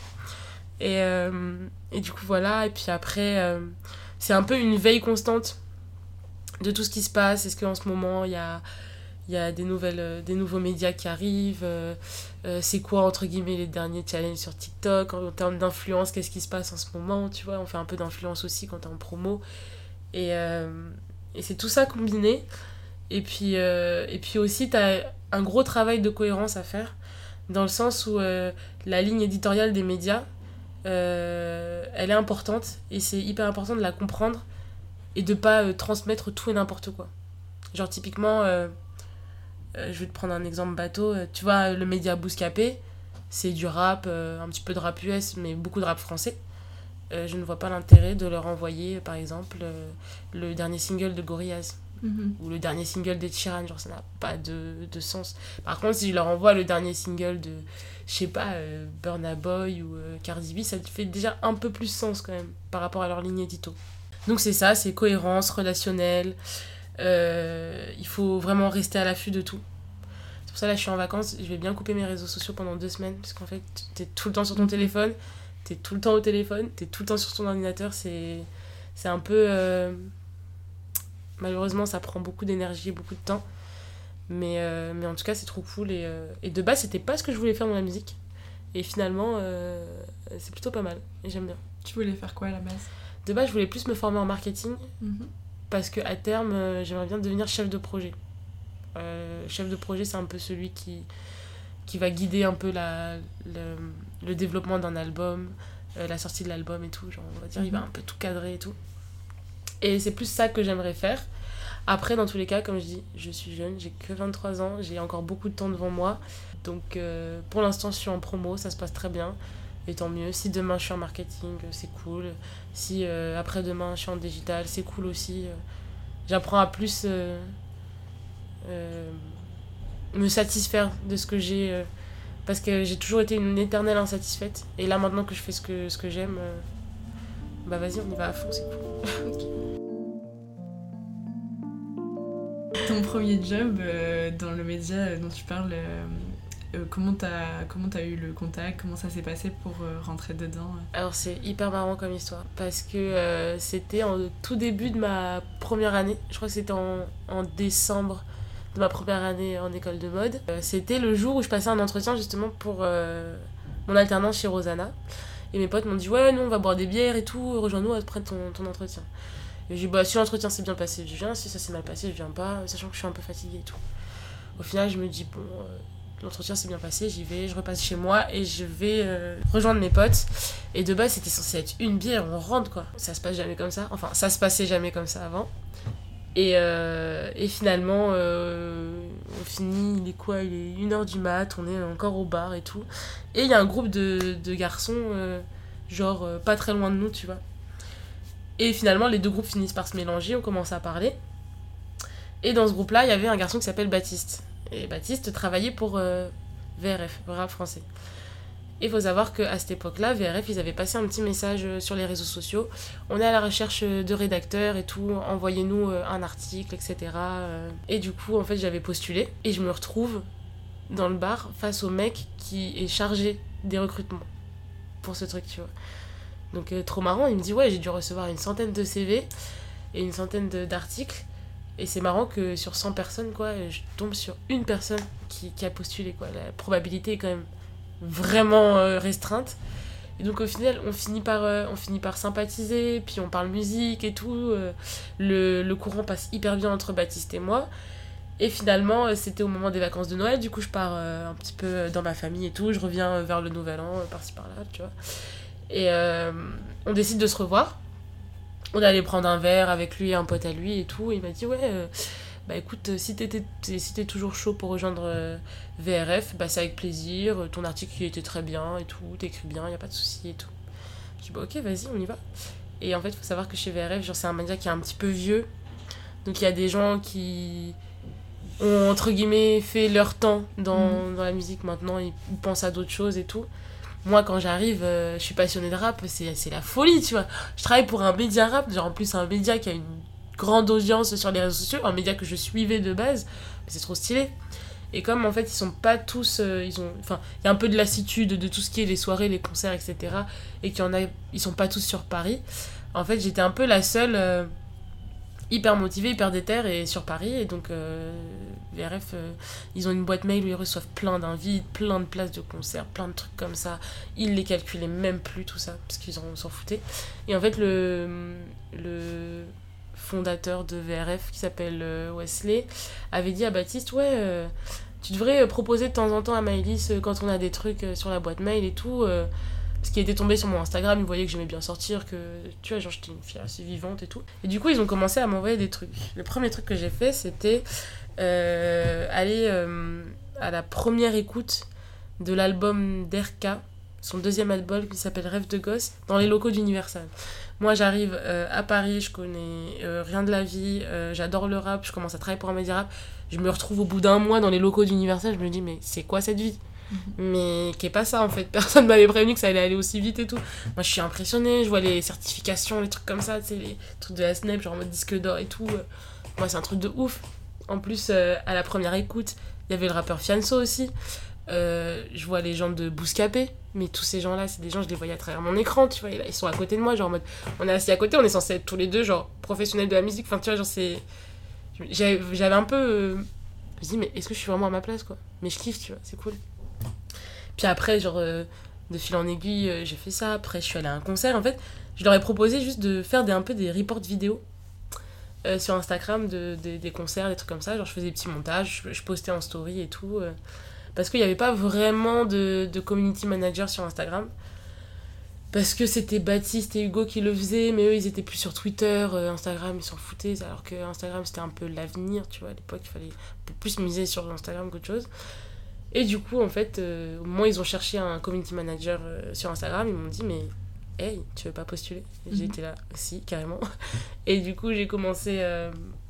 Et du coup voilà, et puis après c'est un peu une veille constante de tout ce qui se passe. Est-ce qu'en ce moment il y a des nouveaux médias qui arrivent, c'est quoi entre guillemets les derniers challenges sur TikTok en termes d'influence, qu'est-ce qui se passe en ce moment, tu vois, on fait un peu d'influence aussi quand t'es en promo et c'est tout ça combiné. Et puis aussi t'as un gros travail de cohérence à faire dans le sens où la ligne éditoriale des médias elle est importante et c'est hyper important de la comprendre et de pas transmettre tout et n'importe quoi. Genre typiquement je vais te prendre un exemple bateau, tu vois le média Bouscapé, c'est du rap, un petit peu de rap US mais beaucoup de rap français. Je ne vois pas l'intérêt de leur envoyer par exemple le dernier single de Gorillaz ou le dernier single d'Ed Sheeran, genre ça n'a pas de sens. Par contre si je leur envoie le dernier single de je sais pas Burna Boy ou Cardi B, ça fait déjà un peu plus sens quand même par rapport à leur ligne édito. Donc c'est ça, c'est cohérence, relationnel, il faut vraiment rester à l'affût de tout. C'est pour ça là je suis en vacances, je vais bien couper mes réseaux sociaux pendant 2 semaines parce qu'en fait t'es tout le temps sur ton téléphone, t'es tout le temps au téléphone, t'es tout le temps sur ton ordinateur, c'est un peu malheureusement ça prend beaucoup d'énergie et beaucoup de temps, mais en tout cas c'est trop cool et de base c'était pas ce que je voulais faire dans la musique et finalement c'est plutôt pas mal et j'aime bien. Tu voulais faire quoi à la base ? De base je voulais plus me former en marketing parce qu'à terme j'aimerais bien devenir chef de projet. Chef de projet c'est un peu celui qui va guider un peu le développement d'un album, la sortie de l'album et tout, genre on va dire il va un peu tout cadrer et tout. Et c'est plus ça que j'aimerais faire. Après, dans tous les cas, comme je dis, je suis jeune, j'ai que 23 ans, j'ai encore beaucoup de temps devant moi. Donc, pour l'instant, je suis en promo, ça se passe très bien. Et tant mieux. Si demain, je suis en marketing, c'est cool. Si après-demain, je suis en digital, c'est cool aussi. J'apprends à plus me satisfaire de ce que j'ai. Parce que j'ai toujours été une éternelle insatisfaite. Et là, maintenant que je fais ce que j'aime, bah vas-y, on y va à fond, c'est cool. Ton premier job dans le média dont tu parles, comment t'as eu le contact? Comment ça s'est passé pour rentrer dedans? Alors c'est hyper marrant comme histoire parce que c'était en tout début de ma première année. Je crois que c'était en décembre de ma première année en école de mode. C'était le jour où je passais un entretien justement pour mon alternance chez Rosanna. Et mes potes m'ont dit ouais, nous on va boire des bières et tout, rejoins-nous après ton entretien. Et j'ai dit bah si l'entretien s'est bien passé, je viens, si ça s'est mal passé, je viens pas, sachant que je suis un peu fatiguée et tout. Au final, je me dis bon, l'entretien s'est bien passé, j'y vais, je repasse chez moi et je vais rejoindre mes potes. Et de base, c'était censé être une bière, on rentre quoi. Ça se passe jamais comme ça, enfin ça se passait jamais comme ça avant. Et finalement, on finit, il est 1h du mat, on est encore au bar et tout. Et il y a un groupe de garçons, pas très loin de nous, tu vois. Et finalement, les deux groupes finissent par se mélanger, on commence à parler. Et dans ce groupe-là, il y avait un garçon qui s'appelle Baptiste. Et Baptiste travaillait pour VRF, Rap Français. Et il faut savoir qu'à cette époque-là, VRF, ils avaient passé un petit message sur les réseaux sociaux. On est à la recherche de rédacteurs et tout, envoyez-nous un article, etc. Et du coup, en fait, j'avais postulé. Et je me retrouve dans le bar face au mec qui est chargé des recrutements pour ce truc, tu vois. Donc trop marrant, il me dit ouais, j'ai dû recevoir une centaine de CV et une centaine d'articles. Et c'est marrant que sur 100 personnes, quoi, je tombe sur une personne qui a postulé, quoi. La probabilité est quand même vraiment restreinte. Et donc au final, on finit par sympathiser, puis on parle musique et tout. Le courant passe hyper bien entre Baptiste et moi. Et finalement, c'était au moment des vacances de Noël, du coup je pars un petit peu dans ma famille et tout. Je reviens vers le Nouvel An, par-ci par-là, tu vois. Et on décide de se revoir. On allait prendre un verre avec lui et un pote à lui et tout. Et il m'a dit ouais, bah écoute, si t'es toujours chaud pour rejoindre VRF, bah c'est avec plaisir. Ton article il était très bien et tout, t'écris bien, y a pas de souci et tout. Je dis bah ok, vas-y, on y va. Et en fait, faut savoir que chez VRF, c'est un média qui est un petit peu vieux. Donc il y a des gens qui ont entre guillemets fait leur temps dans la musique maintenant, ils pensent à d'autres choses et tout. Moi, quand j'arrive, je suis passionnée de rap, c'est la folie, tu vois. Je travaille pour un média rap, genre en plus un média qui a une grande audience sur les réseaux sociaux, un média que je suivais de base, c'est trop stylé. Et comme en fait, ils sont pas tous. Il y a un peu de lassitude de tout ce qui est les soirées, les concerts, etc. Et ils sont pas tous sur Paris. En fait, j'étais un peu la seule hyper motivée, hyper déter et sur Paris. Et donc, les RF, ils ont une boîte mail où ils reçoivent plein d'invites, plein de places de concert, plein de trucs comme ça. Ils les calculaient même plus, tout ça, parce qu'ils s'en foutaient. Et en fait, le fondateur de VRF, qui s'appelle Wesley, avait dit à Baptiste, ouais, tu devrais proposer de temps en temps à Maëlys quand on a des trucs sur la boîte mail et tout. Parce qu'il était tombé sur mon Instagram, il voyait que j'aimais bien sortir, que tu vois, genre j'étais une fille assez vivante et tout. Et du coup, ils ont commencé à m'envoyer des trucs. Le premier truc que j'ai fait, c'était aller à la première écoute de l'album d'RK, son deuxième album qui s'appelle Rêve de gosse, dans les locaux d'Universal. Moi, j'arrive à Paris, je connais rien de la vie, j'adore le rap, je commence à travailler pour un média rap. Je me retrouve au bout d'un mois dans les locaux d'Universal, je me dis, mais c'est quoi cette vie ? Mais qui est pas ça en fait, personne m'avait prévenu que ça allait aller aussi vite et tout. Moi je suis impressionnée, je vois les certifications, les trucs comme ça, tu sais, les trucs de la Snap, genre en mode disque d'or et tout. Moi c'est un truc de ouf. En plus, à la première écoute, il y avait le rappeur Fianso aussi. Je vois les gens de Bouscapé, mais tous ces gens là, c'est des gens, je les voyais à travers mon écran, tu vois, et là, ils sont à côté de moi, genre en mode, on est assis à côté, on est censé être tous les deux, genre professionnels de la musique, enfin tu vois, genre c'est. J'avais un peu. Je me dis, mais est-ce que je suis vraiment à ma place quoi ? Mais je kiffe, tu vois, c'est cool. Puis après, genre, de fil en aiguille, j'ai fait ça. Après, je suis allée à un concert. En fait, je leur ai proposé juste de faire un peu des reports vidéo sur Instagram des concerts, des trucs comme ça. Genre, je faisais des petits montages, je postais en story et tout. Parce qu'il n'y avait pas vraiment de community manager sur Instagram. Parce que c'était Baptiste et Hugo qui le faisaient, mais eux, ils étaient plus sur Twitter. Instagram, ils s'en foutaient. Alors que Instagram, c'était un peu l'avenir, tu vois. À l'époque, il fallait un peu plus miser sur Instagram qu'autre chose. Et du coup, en fait, au moment où ils ont cherché un community manager sur Instagram, ils m'ont dit, mais hey, tu veux pas postuler ? J'étais là, si, carrément. Et du coup, j'ai commencé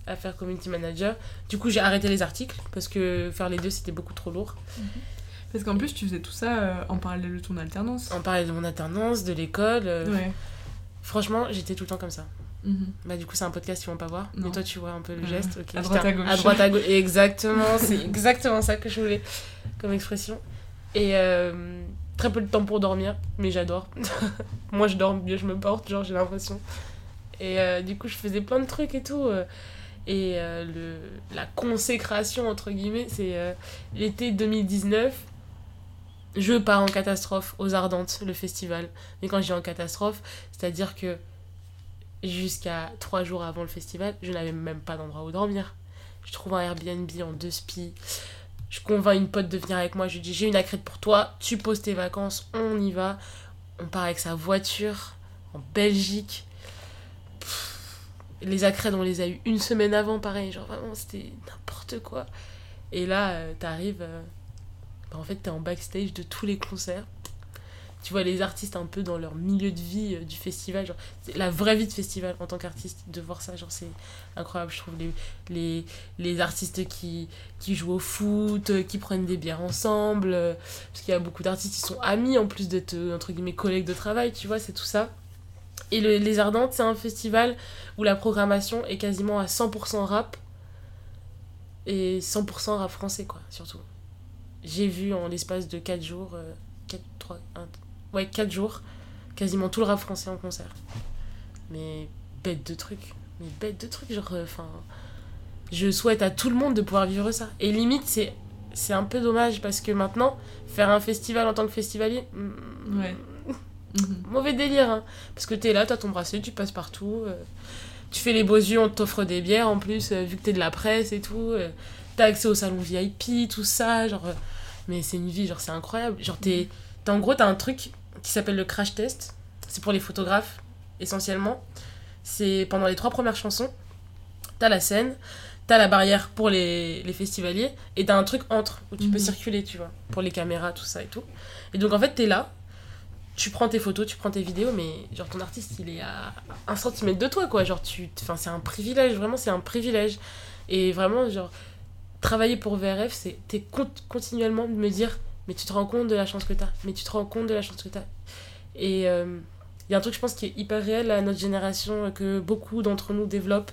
à faire community manager. Du coup, j'ai arrêté les articles parce que faire les deux, c'était beaucoup trop lourd. Parce qu'en plus, tu faisais tout ça en parallèle de ton alternance. En parallèle de mon alternance, de l'école. Ouais. Franchement, j'étais tout le temps comme ça. Bah, du coup, c'est un podcast qu'ils vont pas voir. Non. Mais toi, tu vois un peu le geste. Okay. À droite à gauche. À droite à gauche. Exactement, c'est exactement ça que je voulais comme expression. Et très peu de temps pour dormir, mais j'adore. Moi, je dors mieux, je me porte, genre, j'ai l'impression. Et du coup, je faisais plein de trucs et tout. Et la consécration, entre guillemets, c'est l'été 2019. Je pars en catastrophe aux Ardentes, le festival. Mais quand je dis en catastrophe, c'est-à-dire que jusqu'à 3 jours avant le festival, je n'avais même pas d'endroit où dormir. Je trouve un Airbnb en 2 spies. Je convainc une pote de venir avec moi. Je lui dis, j'ai une accrète pour toi, tu poses tes vacances, on y va. On part avec sa voiture en Belgique. Les accrèdes, on les a eu une semaine avant, pareil. Genre vraiment, c'était n'importe quoi. Et là, t'arrives... en fait, t'es en backstage de tous les concerts. Tu vois les artistes un peu dans leur milieu de vie du festival. Genre, c'est la vraie vie de festival en tant qu'artiste, de voir ça, genre, c'est incroyable. Je trouve les artistes qui jouent au foot, qui prennent des bières ensemble. Parce qu'il y a beaucoup d'artistes qui sont amis en plus d'être, entre guillemets, collègues de travail, tu vois, c'est tout ça. Et les Ardentes, c'est un festival où la programmation est quasiment à 100% rap. Et 100% rap français, quoi, surtout. J'ai vu en l'espace de 4 jours, 4 jours, quasiment tout le rap français en concert. Mais bête de trucs, genre, je souhaite à tout le monde de pouvoir vivre ça. Et limite, c'est un peu dommage parce que maintenant, faire un festival en tant que festivalier, mauvais délire, hein. Parce que t'es là, t'as ton bracelet, tu passes partout, tu fais les beaux yeux, on t'offre des bières en plus, vu que t'es de la presse et tout, t'as accès au salon VIP, tout ça, genre... mais c'est une vie, genre c'est incroyable. Genre en gros, t'as un truc qui s'appelle le crash test. C'est pour les photographes, essentiellement. C'est pendant les 3 premières chansons. T'as la scène, t'as la barrière pour les festivaliers, et t'as un truc entre, où tu peux circuler, tu vois, pour les caméras, tout ça et tout. Et donc en fait, t'es là, tu prends tes photos, tu prends tes vidéos, mais genre ton artiste, il est à 1 centimètre de toi, quoi. Genre, c'est un privilège, vraiment, c'est un privilège. Et vraiment, genre... travailler pour VRF, c'est continuellement de me dire mais tu te rends compte de la chance que t'as, et y a un truc je pense qui est hyper réel à notre génération que beaucoup d'entre nous développent,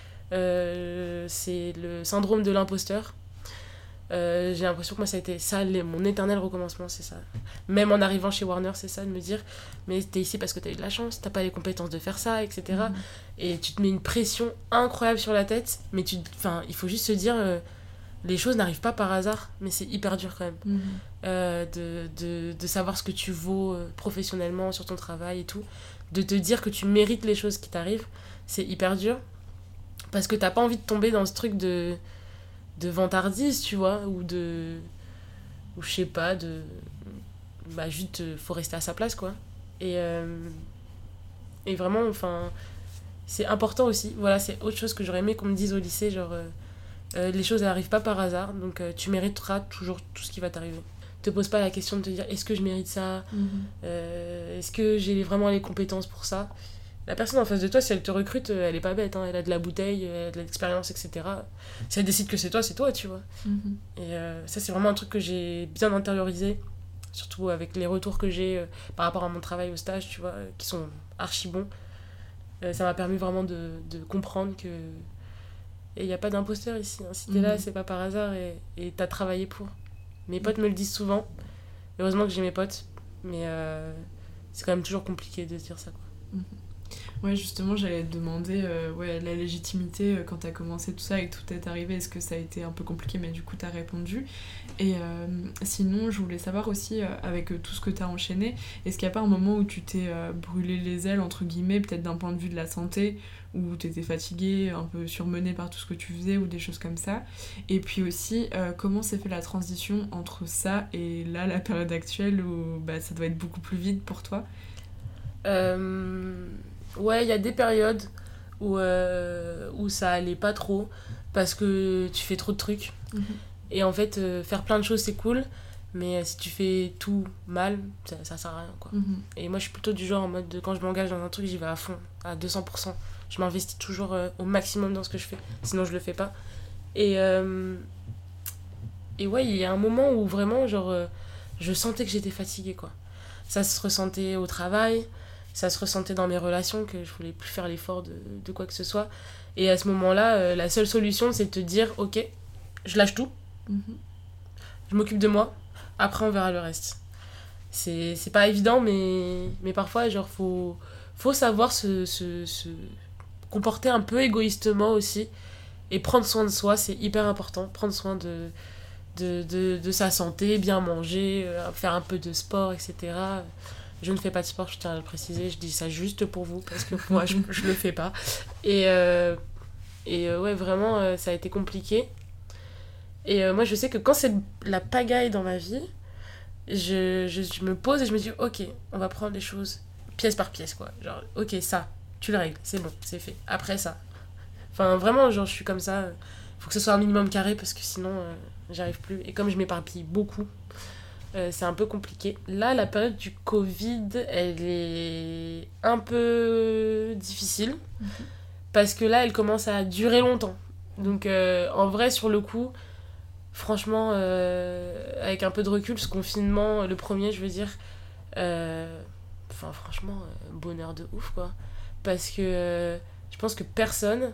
c'est le syndrome de l'imposteur. J'ai l'impression que moi ça a été ça, mon éternel recommencement, c'est ça. Même en arrivant chez Warner, c'est ça, de me dire mais t'es ici parce que t'as eu de la chance, t'as pas les compétences de faire ça, etc. Et tu te mets une pression incroyable sur la tête, mais il faut juste se dire les choses n'arrivent pas par hasard, mais c'est hyper dur quand même. De savoir ce que tu vaux professionnellement sur ton travail et tout. De te dire que tu mérites les choses qui t'arrivent, c'est hyper dur. Parce que t'as pas envie de tomber dans ce truc de vantardise, tu vois, ou je sais pas, juste, faut rester à sa place, quoi. Et vraiment, enfin, c'est important aussi. Voilà, c'est autre chose que j'aurais aimé qu'on me dise au lycée, genre... les choses n'arrivent pas par hasard, donc tu mériteras toujours tout ce qui va t'arriver. Te pose pas la question de te dire est-ce que je mérite ça, est-ce que j'ai vraiment les compétences pour ça. La personne en face de toi, si elle te recrute, elle est pas bête, hein, elle a de la bouteille, elle a de l'expérience, etc. Si elle décide que c'est toi, tu vois. Et ça, c'est vraiment un truc que j'ai bien intériorisé, surtout avec les retours que j'ai par rapport à mon travail au stage, tu vois, qui sont archi bons. Ça m'a permis vraiment de comprendre que et il n'y a pas d'imposteur ici, hein. Si t'es là, c'est pas par hasard et t'as travaillé pour. Mes potes me le disent souvent. Heureusement que j'ai mes potes, mais c'est quand même toujours compliqué de se dire ça, quoi. Ouais, justement, j'allais te demander la légitimité quand t'as commencé tout ça et que tout est arrivé, est-ce que ça a été un peu compliqué, mais du coup t'as répondu. Et sinon, je voulais savoir aussi, avec tout ce que t'as enchaîné, est-ce qu'il n'y a pas un moment où tu t'es brûlé les ailes, entre guillemets, peut-être d'un point de vue de la santé, où t'étais fatiguée, un peu surmenée par tout ce que tu faisais, ou des choses comme ça. Et puis aussi, comment s'est fait la transition entre ça et là, la période actuelle, où ça doit être beaucoup plus vide pour toi? Ouais, il y a des périodes où ça allait pas trop parce que tu fais trop de trucs. Et en fait, faire plein de choses, c'est cool, mais si tu fais tout mal, ça sert à rien, quoi. Et moi, je suis plutôt du genre en mode quand je m'engage dans un truc, j'y vais à fond, à 200%. je m'investis toujours au maximum dans ce que je fais, sinon je le fais pas. Et ouais, il y a un moment où vraiment, genre, je sentais que j'étais fatiguée, quoi. Ça se ressentait au travail, ça se ressentait dans mes relations, que je voulais plus faire l'effort de quoi que ce soit. Et à ce moment-là, la seule solution, c'est de te dire, ok, je lâche tout, je m'occupe de moi, après on verra le reste. C'est pas évident, mais parfois, genre, faut savoir se comporter un peu égoïstement aussi, et prendre soin de soi, c'est hyper important. Prendre soin de sa santé, bien manger, faire un peu de sport, etc. Je ne fais pas de sport, je tiens à le préciser, je dis ça juste pour vous, parce que moi, je le fais pas. Et ouais, vraiment, ça a été compliqué. Et moi, je sais que quand c'est la pagaille dans ma vie, je me pose et je me dis, ok, on va prendre les choses pièce par pièce, quoi. Genre, ok, ça, tu le règles, c'est bon, c'est fait. Après ça. Enfin, vraiment, genre, je suis comme ça. Faut que ce soit un minimum carré parce que sinon, j'arrive plus. Et comme je m'éparpille beaucoup, c'est un peu compliqué. Là, la période du Covid, elle est un peu difficile. Parce que là, elle commence à durer longtemps. Donc, en vrai, sur le coup, franchement, avec un peu de recul, ce confinement, le premier, je veux dire, enfin, franchement, bonheur de ouf, quoi. Parce que je pense que personne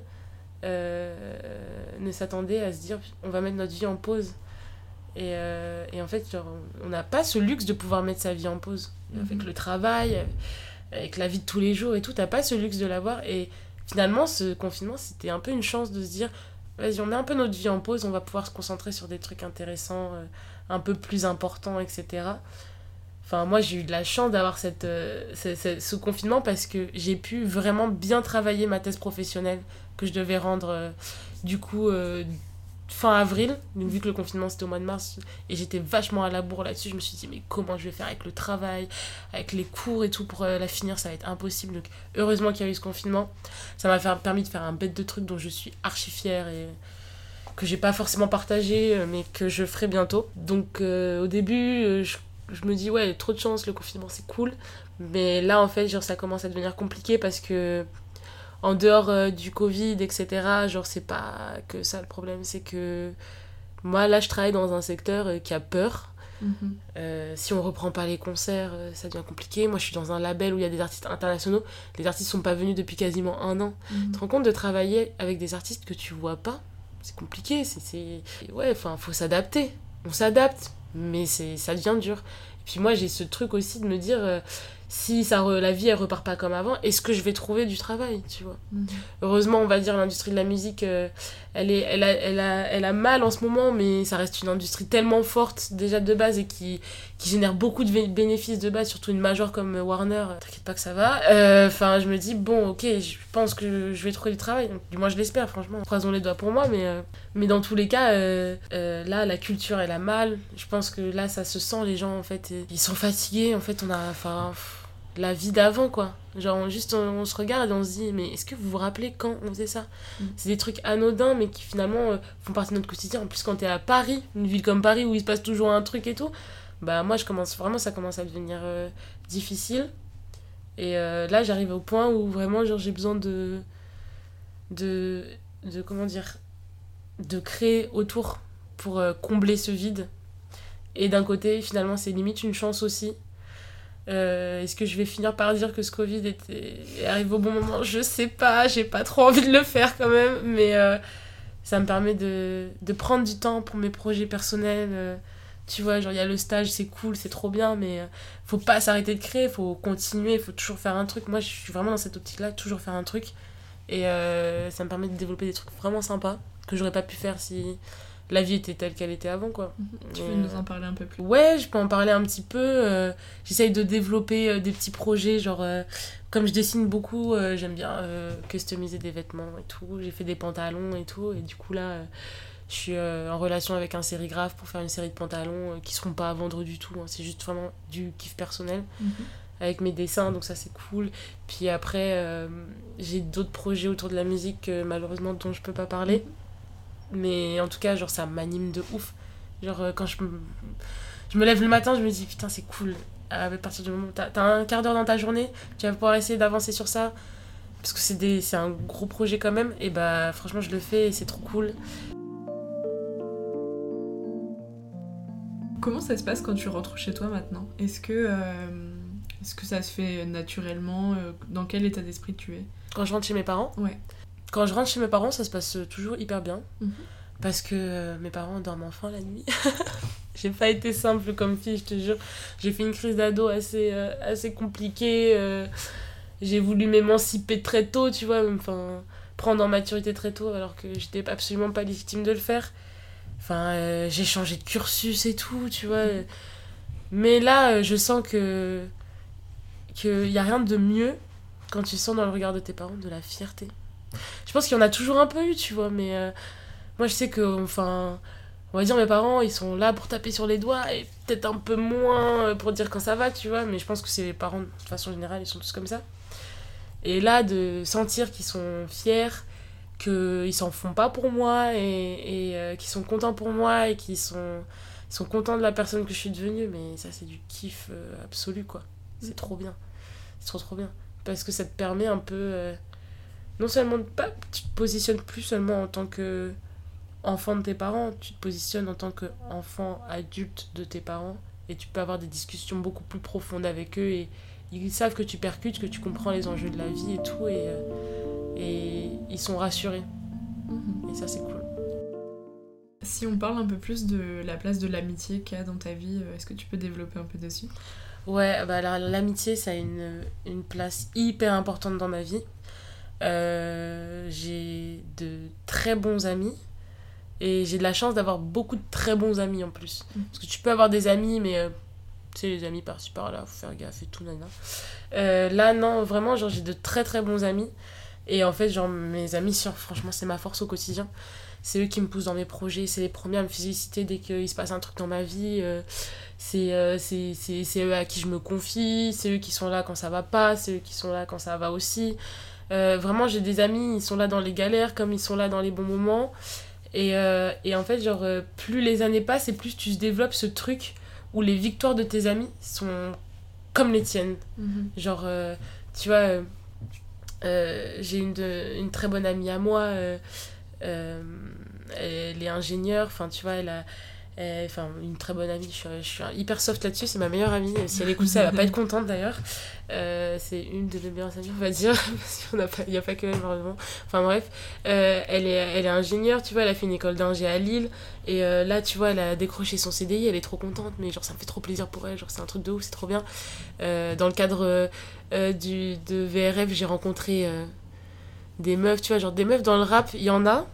ne s'attendait à se dire on va mettre notre vie en pause. Et en fait, genre, on n'a pas ce luxe de pouvoir mettre sa vie en pause. Avec le travail, avec la vie de tous les jours et tout, t'as pas ce luxe de l'avoir. Et finalement, ce confinement, c'était un peu une chance de se dire vas-y, on met un peu notre vie en pause, on va pouvoir se concentrer sur des trucs intéressants, un peu plus importants, etc. Enfin, moi, j'ai eu de la chance d'avoir ce confinement parce que j'ai pu vraiment bien travailler ma thèse professionnelle que je devais rendre, du coup, fin avril. Donc, vu que le confinement, c'était au mois de mars, et j'étais vachement à la bourre là-dessus, je me suis dit, mais comment je vais faire avec le travail, avec les cours et tout pour la finir, ça va être impossible. Donc, heureusement qu'il y a eu ce confinement. Ça m'a permis de faire un bête de trucs dont je suis archi fière et que j'ai pas forcément partagé, mais que je ferai bientôt. Donc, au début, je me dis, ouais, trop de chance, le confinement, c'est cool. Mais là, en fait, genre, ça commence à devenir compliqué parce que, en dehors du Covid, etc., genre, c'est pas que ça le problème. C'est que moi, là, je travaille dans un secteur qui a peur. Si on reprend pas les concerts, ça devient compliqué. Moi, je suis dans un label où il y a des artistes internationaux. Les artistes sont pas venus depuis quasiment 1 an. Tu te rends compte de travailler avec des artistes que tu vois pas? C'est compliqué. Ouais, enfin, faut s'adapter. On s'adapte, mais ça devient dur. Et puis moi, j'ai ce truc aussi de me dire, si la vie, elle repart pas comme avant, est-ce que je vais trouver du travail, tu vois? Heureusement, on va dire, l'industrie de la musique, elle a mal en ce moment, mais ça reste une industrie tellement forte, déjà de base, et qui génère beaucoup de bénéfices de base, surtout une major comme Warner, t'inquiète pas que ça va. Enfin, je me dis, bon, ok, je pense que je vais trouver du travail. Donc, du moins, je l'espère, franchement. Croisons les doigts pour moi, mais dans tous les cas, là, la culture, elle a mal. Je pense que là, ça se sent, les gens, en fait, ils sont fatigués. En fait, la vie d'avant, quoi. Genre, on se regarde et on se dit, mais est-ce que vous vous rappelez quand on faisait ça? C'est des trucs anodins, mais qui finalement font partie de notre quotidien. En plus, quand t'es à Paris, une ville comme Paris où il se passe toujours un truc et tout, bah moi, ça commence à devenir difficile. Et là, j'arrive au point où vraiment, genre, j'ai besoin comment dire, de créer autour pour combler ce vide. Et d'un côté, finalement, c'est limite une chance aussi. Est-ce que je vais finir par dire que ce Covid arrive au bon moment? Je sais pas, j'ai pas trop envie de le faire quand même, mais ça me permet de prendre du temps pour mes projets personnels. Tu vois, genre il y a le stage, c'est cool, c'est trop bien, mais faut pas s'arrêter de créer, faut continuer, faut toujours faire un truc. Moi, je suis vraiment dans cette optique-là, toujours faire un truc. Et ça me permet de développer des trucs vraiment sympas que j'aurais pas pu faire si la vie était telle qu'elle était avant, quoi. Tu veux nous en parler un peu plus? Ouais, je peux en parler un petit peu. J'essaye de développer des petits projets, genre comme je dessine beaucoup, j'aime bien customiser des vêtements et tout. J'ai fait des pantalons et tout, et du coup là, je suis en relation avec un sérigraphe pour faire une série de pantalons qui seront pas à vendre du tout, hein. C'est juste vraiment du kiff personnel avec mes dessins, donc ça c'est cool. Puis après, j'ai d'autres projets autour de la musique malheureusement dont je peux pas parler. Mais en tout cas, genre, ça m'anime de ouf. Genre, quand je me lève le matin, je me dis, putain, c'est cool. À partir du moment où t'as un quart d'heure dans ta journée, tu vas pouvoir essayer d'avancer sur ça. parce que c'est un gros projet quand même, et bah franchement je le fais et c'est trop cool. Comment ça se passe quand tu rentres chez toi maintenant ? Est-ce que ça se fait naturellement ? Dans quel état d'esprit tu es ? Quand je rentre chez mes parents, Ouais. Quand je rentre chez mes parents, ça se passe toujours hyper bien. Mhm. Parce que mes parents dorment enfin la nuit. J'ai pas été simple comme fille, je te jure. J'ai fait une crise d'ado assez compliquée. J'ai voulu m'émanciper très tôt, tu vois. Enfin, prendre en maturité très tôt, alors que j'étais absolument pas légitime de le faire. Enfin, j'ai changé de cursus et tout, tu vois. Mais là, je sens qu'il y a rien de mieux quand tu sens dans le regard de tes parents de la fierté. Je pense qu'il y en a toujours un peu eu, tu vois, mais moi je sais que, enfin, on va dire mes parents, ils sont là pour taper sur les doigts et peut-être un peu moins pour dire quand ça va, tu vois, mais je pense que c'est les parents, de façon générale, ils sont tous comme ça. Et là, de sentir qu'ils sont fiers, qu'ils s'en font pas pour moi et qu'ils sont contents pour moi et qu'ils sont contents de la personne que je suis devenue, mais ça c'est du kiff absolu, quoi. C'est trop bien. C'est trop trop bien. Parce que ça te permet un peu... non seulement tu te positionnes plus seulement en tant que enfant de tes parents, tu te positionnes en tant qu'enfant adulte de tes parents et tu peux avoir des discussions beaucoup plus profondes avec eux et ils savent que tu percutes, que tu comprends les enjeux de la vie et tout et ils sont rassurés. Et ça c'est cool. Si on parle un peu plus de la place de l'amitié qu'il y a dans ta vie, est-ce que tu peux développer un peu dessus ? Ouais, bah l'amitié ça a une place hyper importante dans ma vie. J'ai de très bons amis et j'ai de la chance d'avoir beaucoup de très bons amis en plus. Parce que tu peux avoir des amis, mais tu sais, les amis par-ci par-là, faut faire gaffe et tout, nana. Là, non, vraiment, genre, j'ai de très très bons amis. Et en fait, genre, mes amis, franchement, c'est ma force au quotidien. C'est eux qui me poussent dans mes projets, c'est les premiers à me féliciter dès qu'il se passe un truc dans ma vie. C'est eux à qui je me confie, c'est eux qui sont là quand ça va pas, c'est eux qui sont là quand ça va aussi. Vraiment, j'ai des amis, ils sont là dans les galères comme ils sont là dans les bons moments. Et en fait, genre, plus les années passent et plus tu développes ce truc où les victoires de tes amis sont comme les tiennes. Genre, tu vois, j'ai une très bonne amie à moi. Elle est ingénieure, enfin, tu vois, elle a... Enfin, une très bonne amie, je suis hyper soft là-dessus, c'est ma meilleure amie. Si elle écoute ça, elle va pas être contente d'ailleurs. C'est une de mes meilleures amies, on va dire, parce qu'il n'y a pas que elle, malheureusement. Enfin bref, elle est ingénieure, tu vois, elle a fait une école d'ingé à Lille. Et là, tu vois, elle a décroché son CDI, elle est trop contente, mais genre, ça me fait trop plaisir pour elle, genre, c'est un truc de ouf, c'est trop bien. Dans le cadre de VRF, j'ai rencontré des meufs, tu vois, genre des meufs dans le rap, il y en a.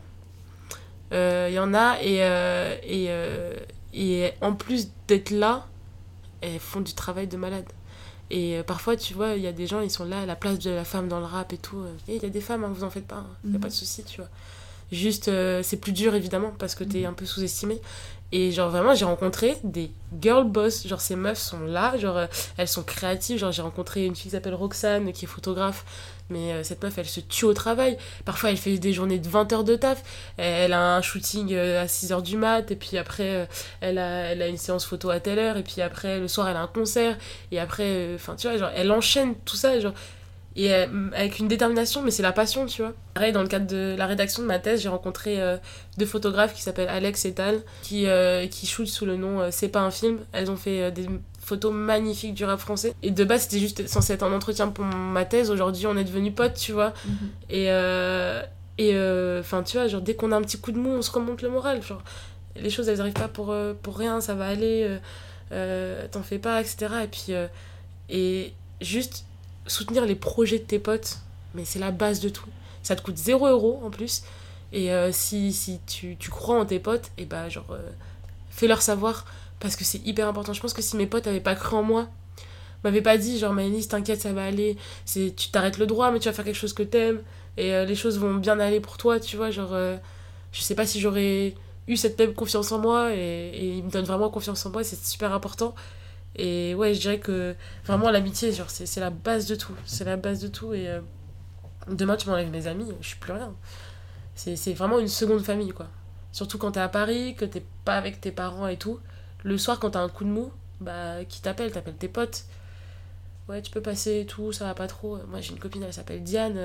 Et en plus d'être là, elles font du travail de malade. Et parfois, tu vois, il y a des gens, ils sont là à la place de la femme dans le rap et tout. Et il y a des femmes, hein, vous en faites pas, il n'y a pas de souci, tu vois. Juste, c'est plus dur évidemment parce que t'es un peu sous-estimé. Et genre vraiment, j'ai rencontré des girl boss. Genre ces meufs sont là, genre elles sont créatives. Genre j'ai rencontré une fille qui s'appelle Roxane qui est photographe. Mais cette meuf, elle se tue au travail. Parfois, elle fait des journées de 20 heures de taf. Elle a un shooting à 6 heures du mat. Et puis après, elle a une séance photo à telle heure. Et puis après, le soir, elle a un concert. Et après, enfin, tu vois, genre, elle enchaîne tout ça. Genre, et avec une détermination, mais c'est la passion, tu vois. Pareil, dans le cadre de la rédaction de ma thèse, j'ai rencontré deux photographes qui s'appellent Alex et Tal, qui shootent sous le nom C'est pas un film. Elles ont fait des photos magnifiques du rap français. Et de base, c'était juste censé être un entretien pour ma thèse. Aujourd'hui, on est devenus potes, tu vois. Et enfin, tu vois, genre, dès qu'on a un petit coup de mou, on se remonte le moral. Genre, les choses, elles arrivent pas pour rien, ça va aller, t'en fais pas, etc. Et puis, et juste soutenir les projets de tes potes, mais c'est la base de tout. Ça te coûte 0 € en plus. Et si tu crois en tes potes, et bah, genre, fais-leur savoir, parce que c'est hyper important. Je pense que si mes potes avaient pas cru en moi, m'avaient pas dit, genre, Maëlys, t'inquiète, ça va aller, tu t'arrêtes le droit, mais tu vas faire quelque chose que t'aimes, et les choses vont bien aller pour toi, tu vois, genre, je sais pas si j'aurais eu cette même confiance en moi, et ils me donnent vraiment confiance en moi, c'est super important. Et ouais, je dirais que vraiment l'amitié, genre, c'est la base de tout. C'est la base de tout. Et demain, tu m'enlèves mes amis, je suis plus rien. C'est vraiment une seconde famille, quoi. Surtout quand t'es à Paris, que t'es pas avec tes parents et tout. Le soir, quand t'as un coup de mou, bah, qui t'appelle tes potes. ouais, tu peux passer et tout, ça va pas trop. Moi, j'ai une copine, elle s'appelle Diane.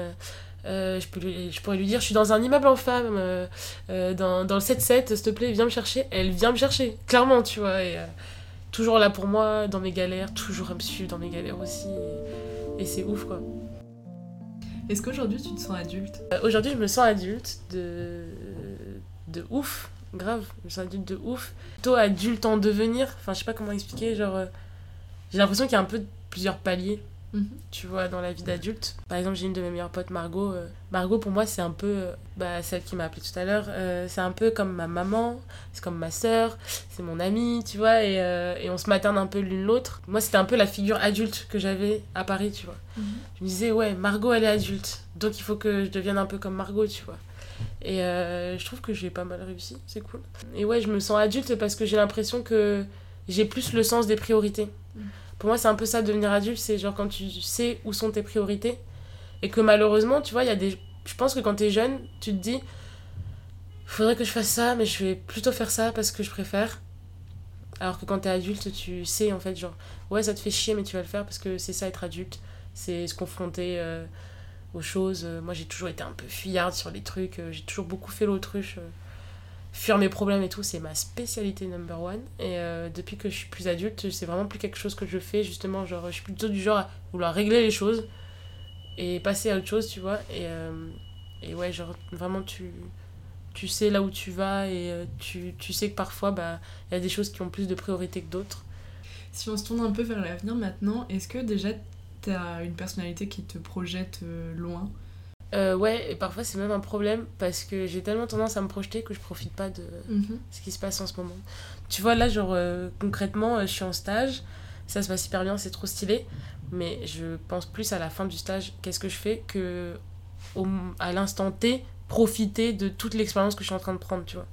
Je pourrais lui dire, je suis dans un immeuble en femme, dans le 7-7, s'il te plaît, viens me chercher. Elle vient me chercher, clairement, tu vois. Et toujours là pour moi, dans mes galères, toujours à me suivre dans mes galères aussi. Et c'est ouf, quoi. Est-ce qu'aujourd'hui, tu te sens adulte ? Aujourd'hui, je me sens adulte de ouf, grave. Je me sens adulte de ouf. Plutôt adulte en devenir. Enfin, je sais pas comment expliquer, genre... j'ai l'impression qu'il y a un peu plusieurs paliers, tu vois, dans la vie d'adulte. Par exemple, j'ai une de mes meilleures potes, Margot. Margot, pour moi, c'est un peu... celle qui m'a appelée tout à l'heure. C'est un peu comme ma maman, c'est comme ma sœur, c'est mon amie, tu vois, et on se materne un peu l'une l'autre. Moi, c'était un peu la figure adulte que j'avais à Paris, tu vois. Je me disais, ouais, Margot, elle est adulte, donc il faut que je devienne un peu comme Margot, tu vois. Et je trouve que j'ai pas mal réussi, c'est cool. Et ouais, je me sens adulte parce que j'ai l'impression que j'ai plus le sens des priorités. Pour moi, c'est un peu ça, devenir adulte, c'est genre quand tu sais où sont tes priorités. Et que malheureusement, tu vois, il y a des... Je pense que quand t'es jeune, tu te dis, faudrait que je fasse ça, mais je vais plutôt faire ça parce que je préfère. Alors que quand t'es adulte, tu sais, en fait, genre, ouais, ça te fait chier, mais tu vas le faire parce que c'est ça, être adulte. C'est se confronter aux choses. Moi, j'ai toujours été un peu fuyarde sur les trucs. J'ai toujours beaucoup fait l'autruche. Fuir mes problèmes et tout, c'est ma spécialité number one. Et depuis que je suis plus adulte, c'est vraiment plus quelque chose que je fais, justement. Genre, je suis plutôt du genre à vouloir régler les choses et passer à autre chose, tu vois. Et ouais, genre, vraiment, tu sais là où tu vas et tu sais que parfois, y a des choses qui ont plus de priorité que d'autres. Si on se tourne un peu vers l'avenir maintenant, est-ce que déjà t'as une personnalité qui te projette loin ? Ouais, et parfois c'est même un problème parce que j'ai tellement tendance à me projeter que je profite pas de ce qui se passe en ce moment. Tu vois, là, genre, concrètement, je suis en stage, ça se passe hyper bien, c'est trop stylé, mais je pense plus à la fin du stage, qu'est-ce que je fais, que à l'instant T, profiter de toute l'expérience que je suis en train de prendre, tu vois.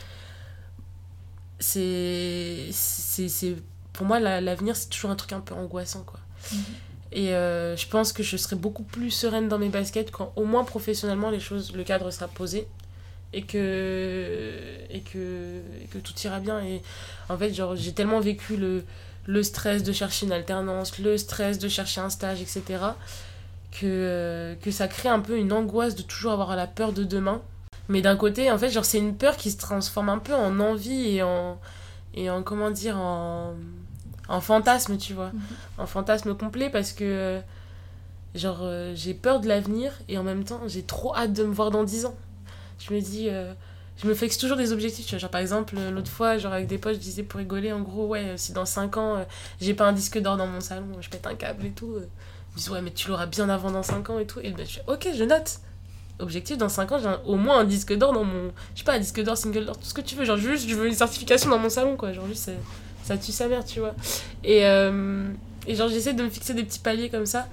C'est pour moi, l'avenir, c'est toujours un truc un peu angoissant, quoi. Et je pense que je serai beaucoup plus sereine dans mes baskets quand au moins professionnellement le cadre sera posé et que tout ira bien. Et en fait, genre, j'ai tellement vécu le stress de chercher une alternance, le stress de chercher un stage, etc. que ça crée un peu une angoisse de toujours avoir la peur de demain. Mais d'un côté, en fait, genre, c'est une peur qui se transforme un peu en envie et en comment dire, en fantasme, tu vois. En fantasme complet parce que genre j'ai peur de l'avenir et en même temps j'ai trop hâte de me voir dans 10 ans. Je me dis je me fixe toujours des objectifs, tu vois. Genre par exemple l'autre fois, genre avec des potes, je disais pour rigoler, en gros, ouais, si dans 5 ans j'ai pas un disque d'or dans mon salon, je pète un câble et tout. Je dis ouais, mais tu l'auras bien avant dans 5 ans et tout. Et ben, je fais ok, je note. Objectif, dans 5 ans, j'ai au moins un disque d'or dans mon... Je sais pas, un disque d'or, single d'or, tout ce que tu veux. Genre juste, je veux une certification dans mon salon, quoi. Genre juste, ça tue sa mère, tu vois. Et genre, j'essaie de me fixer des petits paliers comme ça.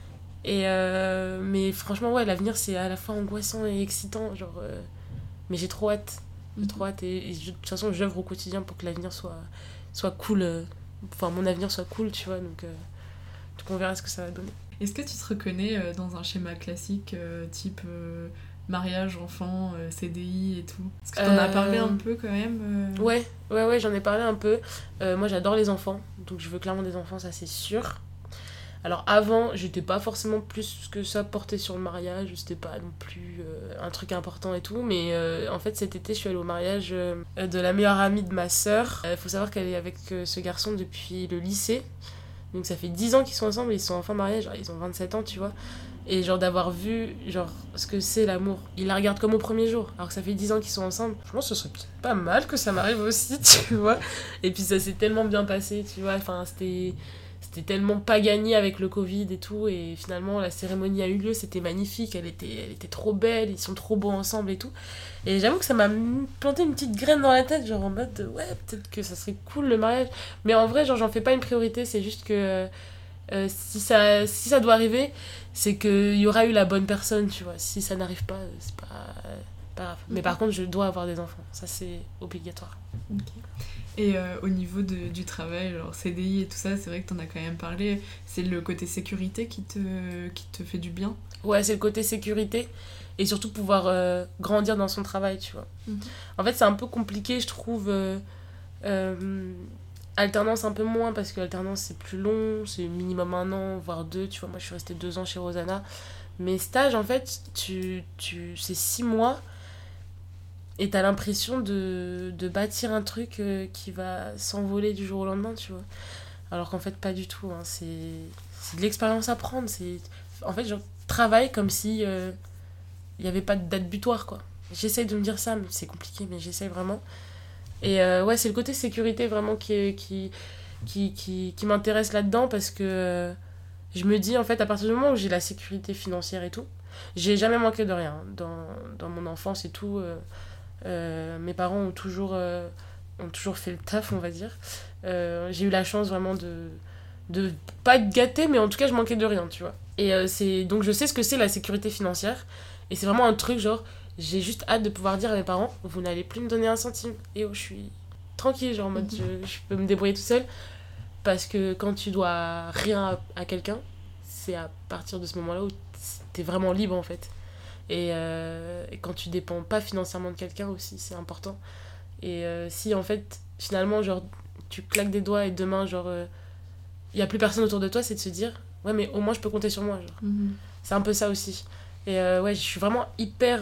Mais franchement, ouais, l'avenir, c'est à la fois angoissant et excitant. Genre, mais j'ai trop hâte. J'ai trop hâte. Et de toute façon, j'œuvre au quotidien pour que l'avenir soit cool. Enfin, mon avenir soit cool, tu vois. Donc on verra ce que ça va donner. Est-ce que tu te reconnais dans un schéma classique type mariage, enfant, CDI et tout ? Parce que t'en as parlé un peu quand même. Ouais, j'en ai parlé un peu. Moi, j'adore les enfants, donc je veux clairement des enfants, ça c'est sûr. Alors avant, j'étais pas forcément plus que ça portée sur le mariage, c'était pas non plus un truc important et tout, mais en fait cet été je suis allée au mariage de la meilleure amie de ma sœur. Faut savoir qu'elle est avec ce garçon depuis le lycée. Donc ça fait 10 ans qu'ils sont ensemble et ils sont enfin mariés, genre ils ont 27 ans, tu vois. Et genre d'avoir vu genre ce que c'est l'amour. Ils la regardent comme au premier jour, alors que ça fait 10 ans qu'ils sont ensemble. Je pense que ce serait peut-être pas mal que ça m'arrive aussi, tu vois. Et puis ça s'est tellement bien passé, tu vois. Enfin, c'était tellement pas gagné avec le Covid et tout. Et finalement, la cérémonie a eu lieu, c'était magnifique. Elle était trop belle, ils sont trop beaux ensemble et tout. Et j'avoue que ça m'a planté une petite graine dans la tête, genre en mode de, ouais, peut-être que ça serait cool le mariage. Mais en vrai, genre j'en fais pas une priorité, c'est juste que si ça doit arriver, c'est qu'il y aura eu la bonne personne, tu vois. Si ça n'arrive pas, c'est pas grave. Mais par contre, je dois avoir des enfants, ça c'est obligatoire. Ok. Et au niveau du travail, genre CDI et tout ça, c'est vrai que t'en as quand même parlé, c'est le côté sécurité qui te fait du bien ? Ouais, c'est le côté sécurité et surtout pouvoir grandir dans son travail, tu vois. En fait, c'est un peu compliqué, je trouve, Alternance un peu moins, parce que alternance c'est plus long, c'est minimum 1 an, voire 2, tu vois, moi je suis restée 2 ans chez Rosanna. Mais stage, en fait, c'est 6 mois et t'as l'impression de bâtir un truc qui va s'envoler du jour au lendemain, tu vois. Alors qu'en fait, pas du tout, hein. C'est de l'expérience à prendre. En fait, je travaille comme si il n'y avait pas de date butoir, quoi. J'essaye de me dire ça, mais c'est compliqué, mais j'essaye vraiment. Et ouais, c'est le côté sécurité vraiment qui m'intéresse là-dedans, parce que je me dis, en fait, à partir du moment où j'ai la sécurité financière et tout, j'ai jamais manqué de rien. Dans mon enfance et tout, mes parents ont toujours fait le taf, on va dire. J'ai eu la chance vraiment de pas être gâtée, mais en tout cas, je manquais de rien, tu vois. Et donc, je sais ce que c'est la sécurité financière. Et c'est vraiment un truc, genre, j'ai juste hâte de pouvoir dire à mes parents, vous n'allez plus me donner un centime. Et je suis tranquille, genre, en mode, je peux me débrouiller tout seul. Parce que quand tu dois rien à quelqu'un, c'est à partir de ce moment-là où t'es vraiment libre, en fait. Et quand tu dépends pas financièrement de quelqu'un aussi, c'est important. Et si, en fait, finalement, genre, tu claques des doigts et demain, genre, y a plus personne autour de toi, c'est de se dire, ouais, mais au moins, je peux compter sur moi, genre. C'est un peu ça aussi. Et ouais, je suis vraiment hyper...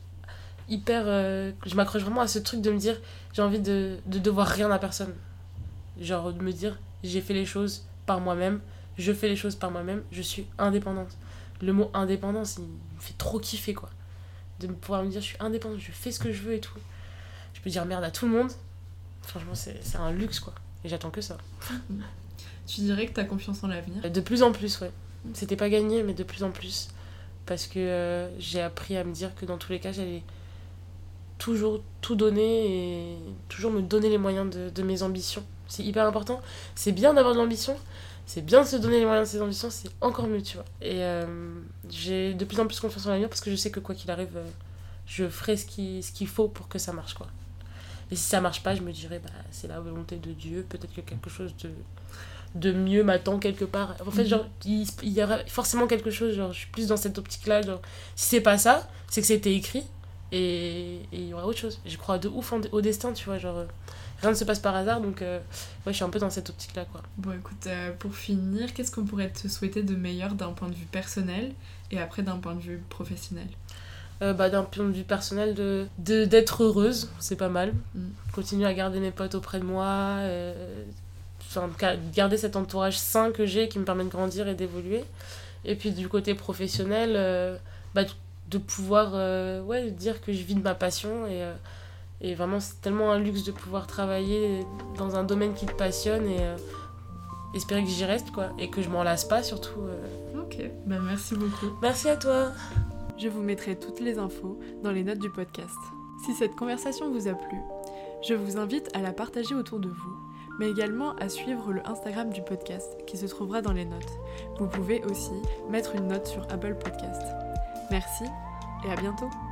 je m'accroche vraiment à ce truc de me dire, j'ai envie de devoir rien à personne. Genre, de me dire, j'ai fait les choses par moi-même, je fais les choses par moi-même, je suis indépendante. Le mot indépendance, il me fait trop kiffer, quoi. De pouvoir me dire, je suis indépendante, je fais ce que je veux et tout. Je peux dire merde à tout le monde. Franchement, c'est un luxe, quoi. Et j'attends que ça. Tu dirais que t'as confiance en l'avenir ? De plus en plus, ouais. C'était pas gagné, mais de plus en plus. Parce que j'ai appris à me dire que dans tous les cas, j'allais toujours tout donner et toujours me donner les moyens de mes ambitions. C'est hyper important. C'est bien d'avoir de l'ambition, c'est bien de se donner les moyens de ses ambitions, c'est encore mieux, tu vois. Et j'ai de plus en plus confiance en l'avenir, parce que je sais que quoi qu'il arrive, je ferai ce qu'il faut pour que ça marche, quoi. Et si ça marche pas, je me dirais, bah, c'est la volonté de Dieu, peut-être que quelque chose de mieux m'attend quelque part. En fait, genre, il y aura forcément quelque chose, genre, je suis plus dans cette optique-là, genre, si c'est pas ça, c'est que c'était écrit, et il y aura autre chose. Je crois de ouf au destin, tu vois, genre, rien ne se passe par hasard, donc ouais, je suis un peu dans cette optique-là, quoi. Bon, écoute, pour finir, qu'est-ce qu'on pourrait te souhaiter de meilleur d'un point de vue personnel et après d'un point de vue professionnel ? D'un point de vue personnel, d'être heureuse, c'est pas mal. Continuer à garder mes potes auprès de moi, garder cet entourage sain que j'ai, qui me permet de grandir et d'évoluer. Et puis du côté professionnel, de pouvoir dire que je vis de ma passion, et vraiment c'est tellement un luxe de pouvoir travailler dans un domaine qui te passionne, et espérer que j'y reste, quoi, et que je m'en lasse pas, surtout. Ok, bah merci beaucoup. Merci à toi. Je vous mettrai toutes les infos dans les notes du podcast. Si cette conversation vous a plu, je vous invite à la partager autour de vous, mais également à suivre le Instagram du podcast qui se trouvera dans les notes. Vous pouvez aussi mettre une note sur Apple Podcast. Merci et à bientôt.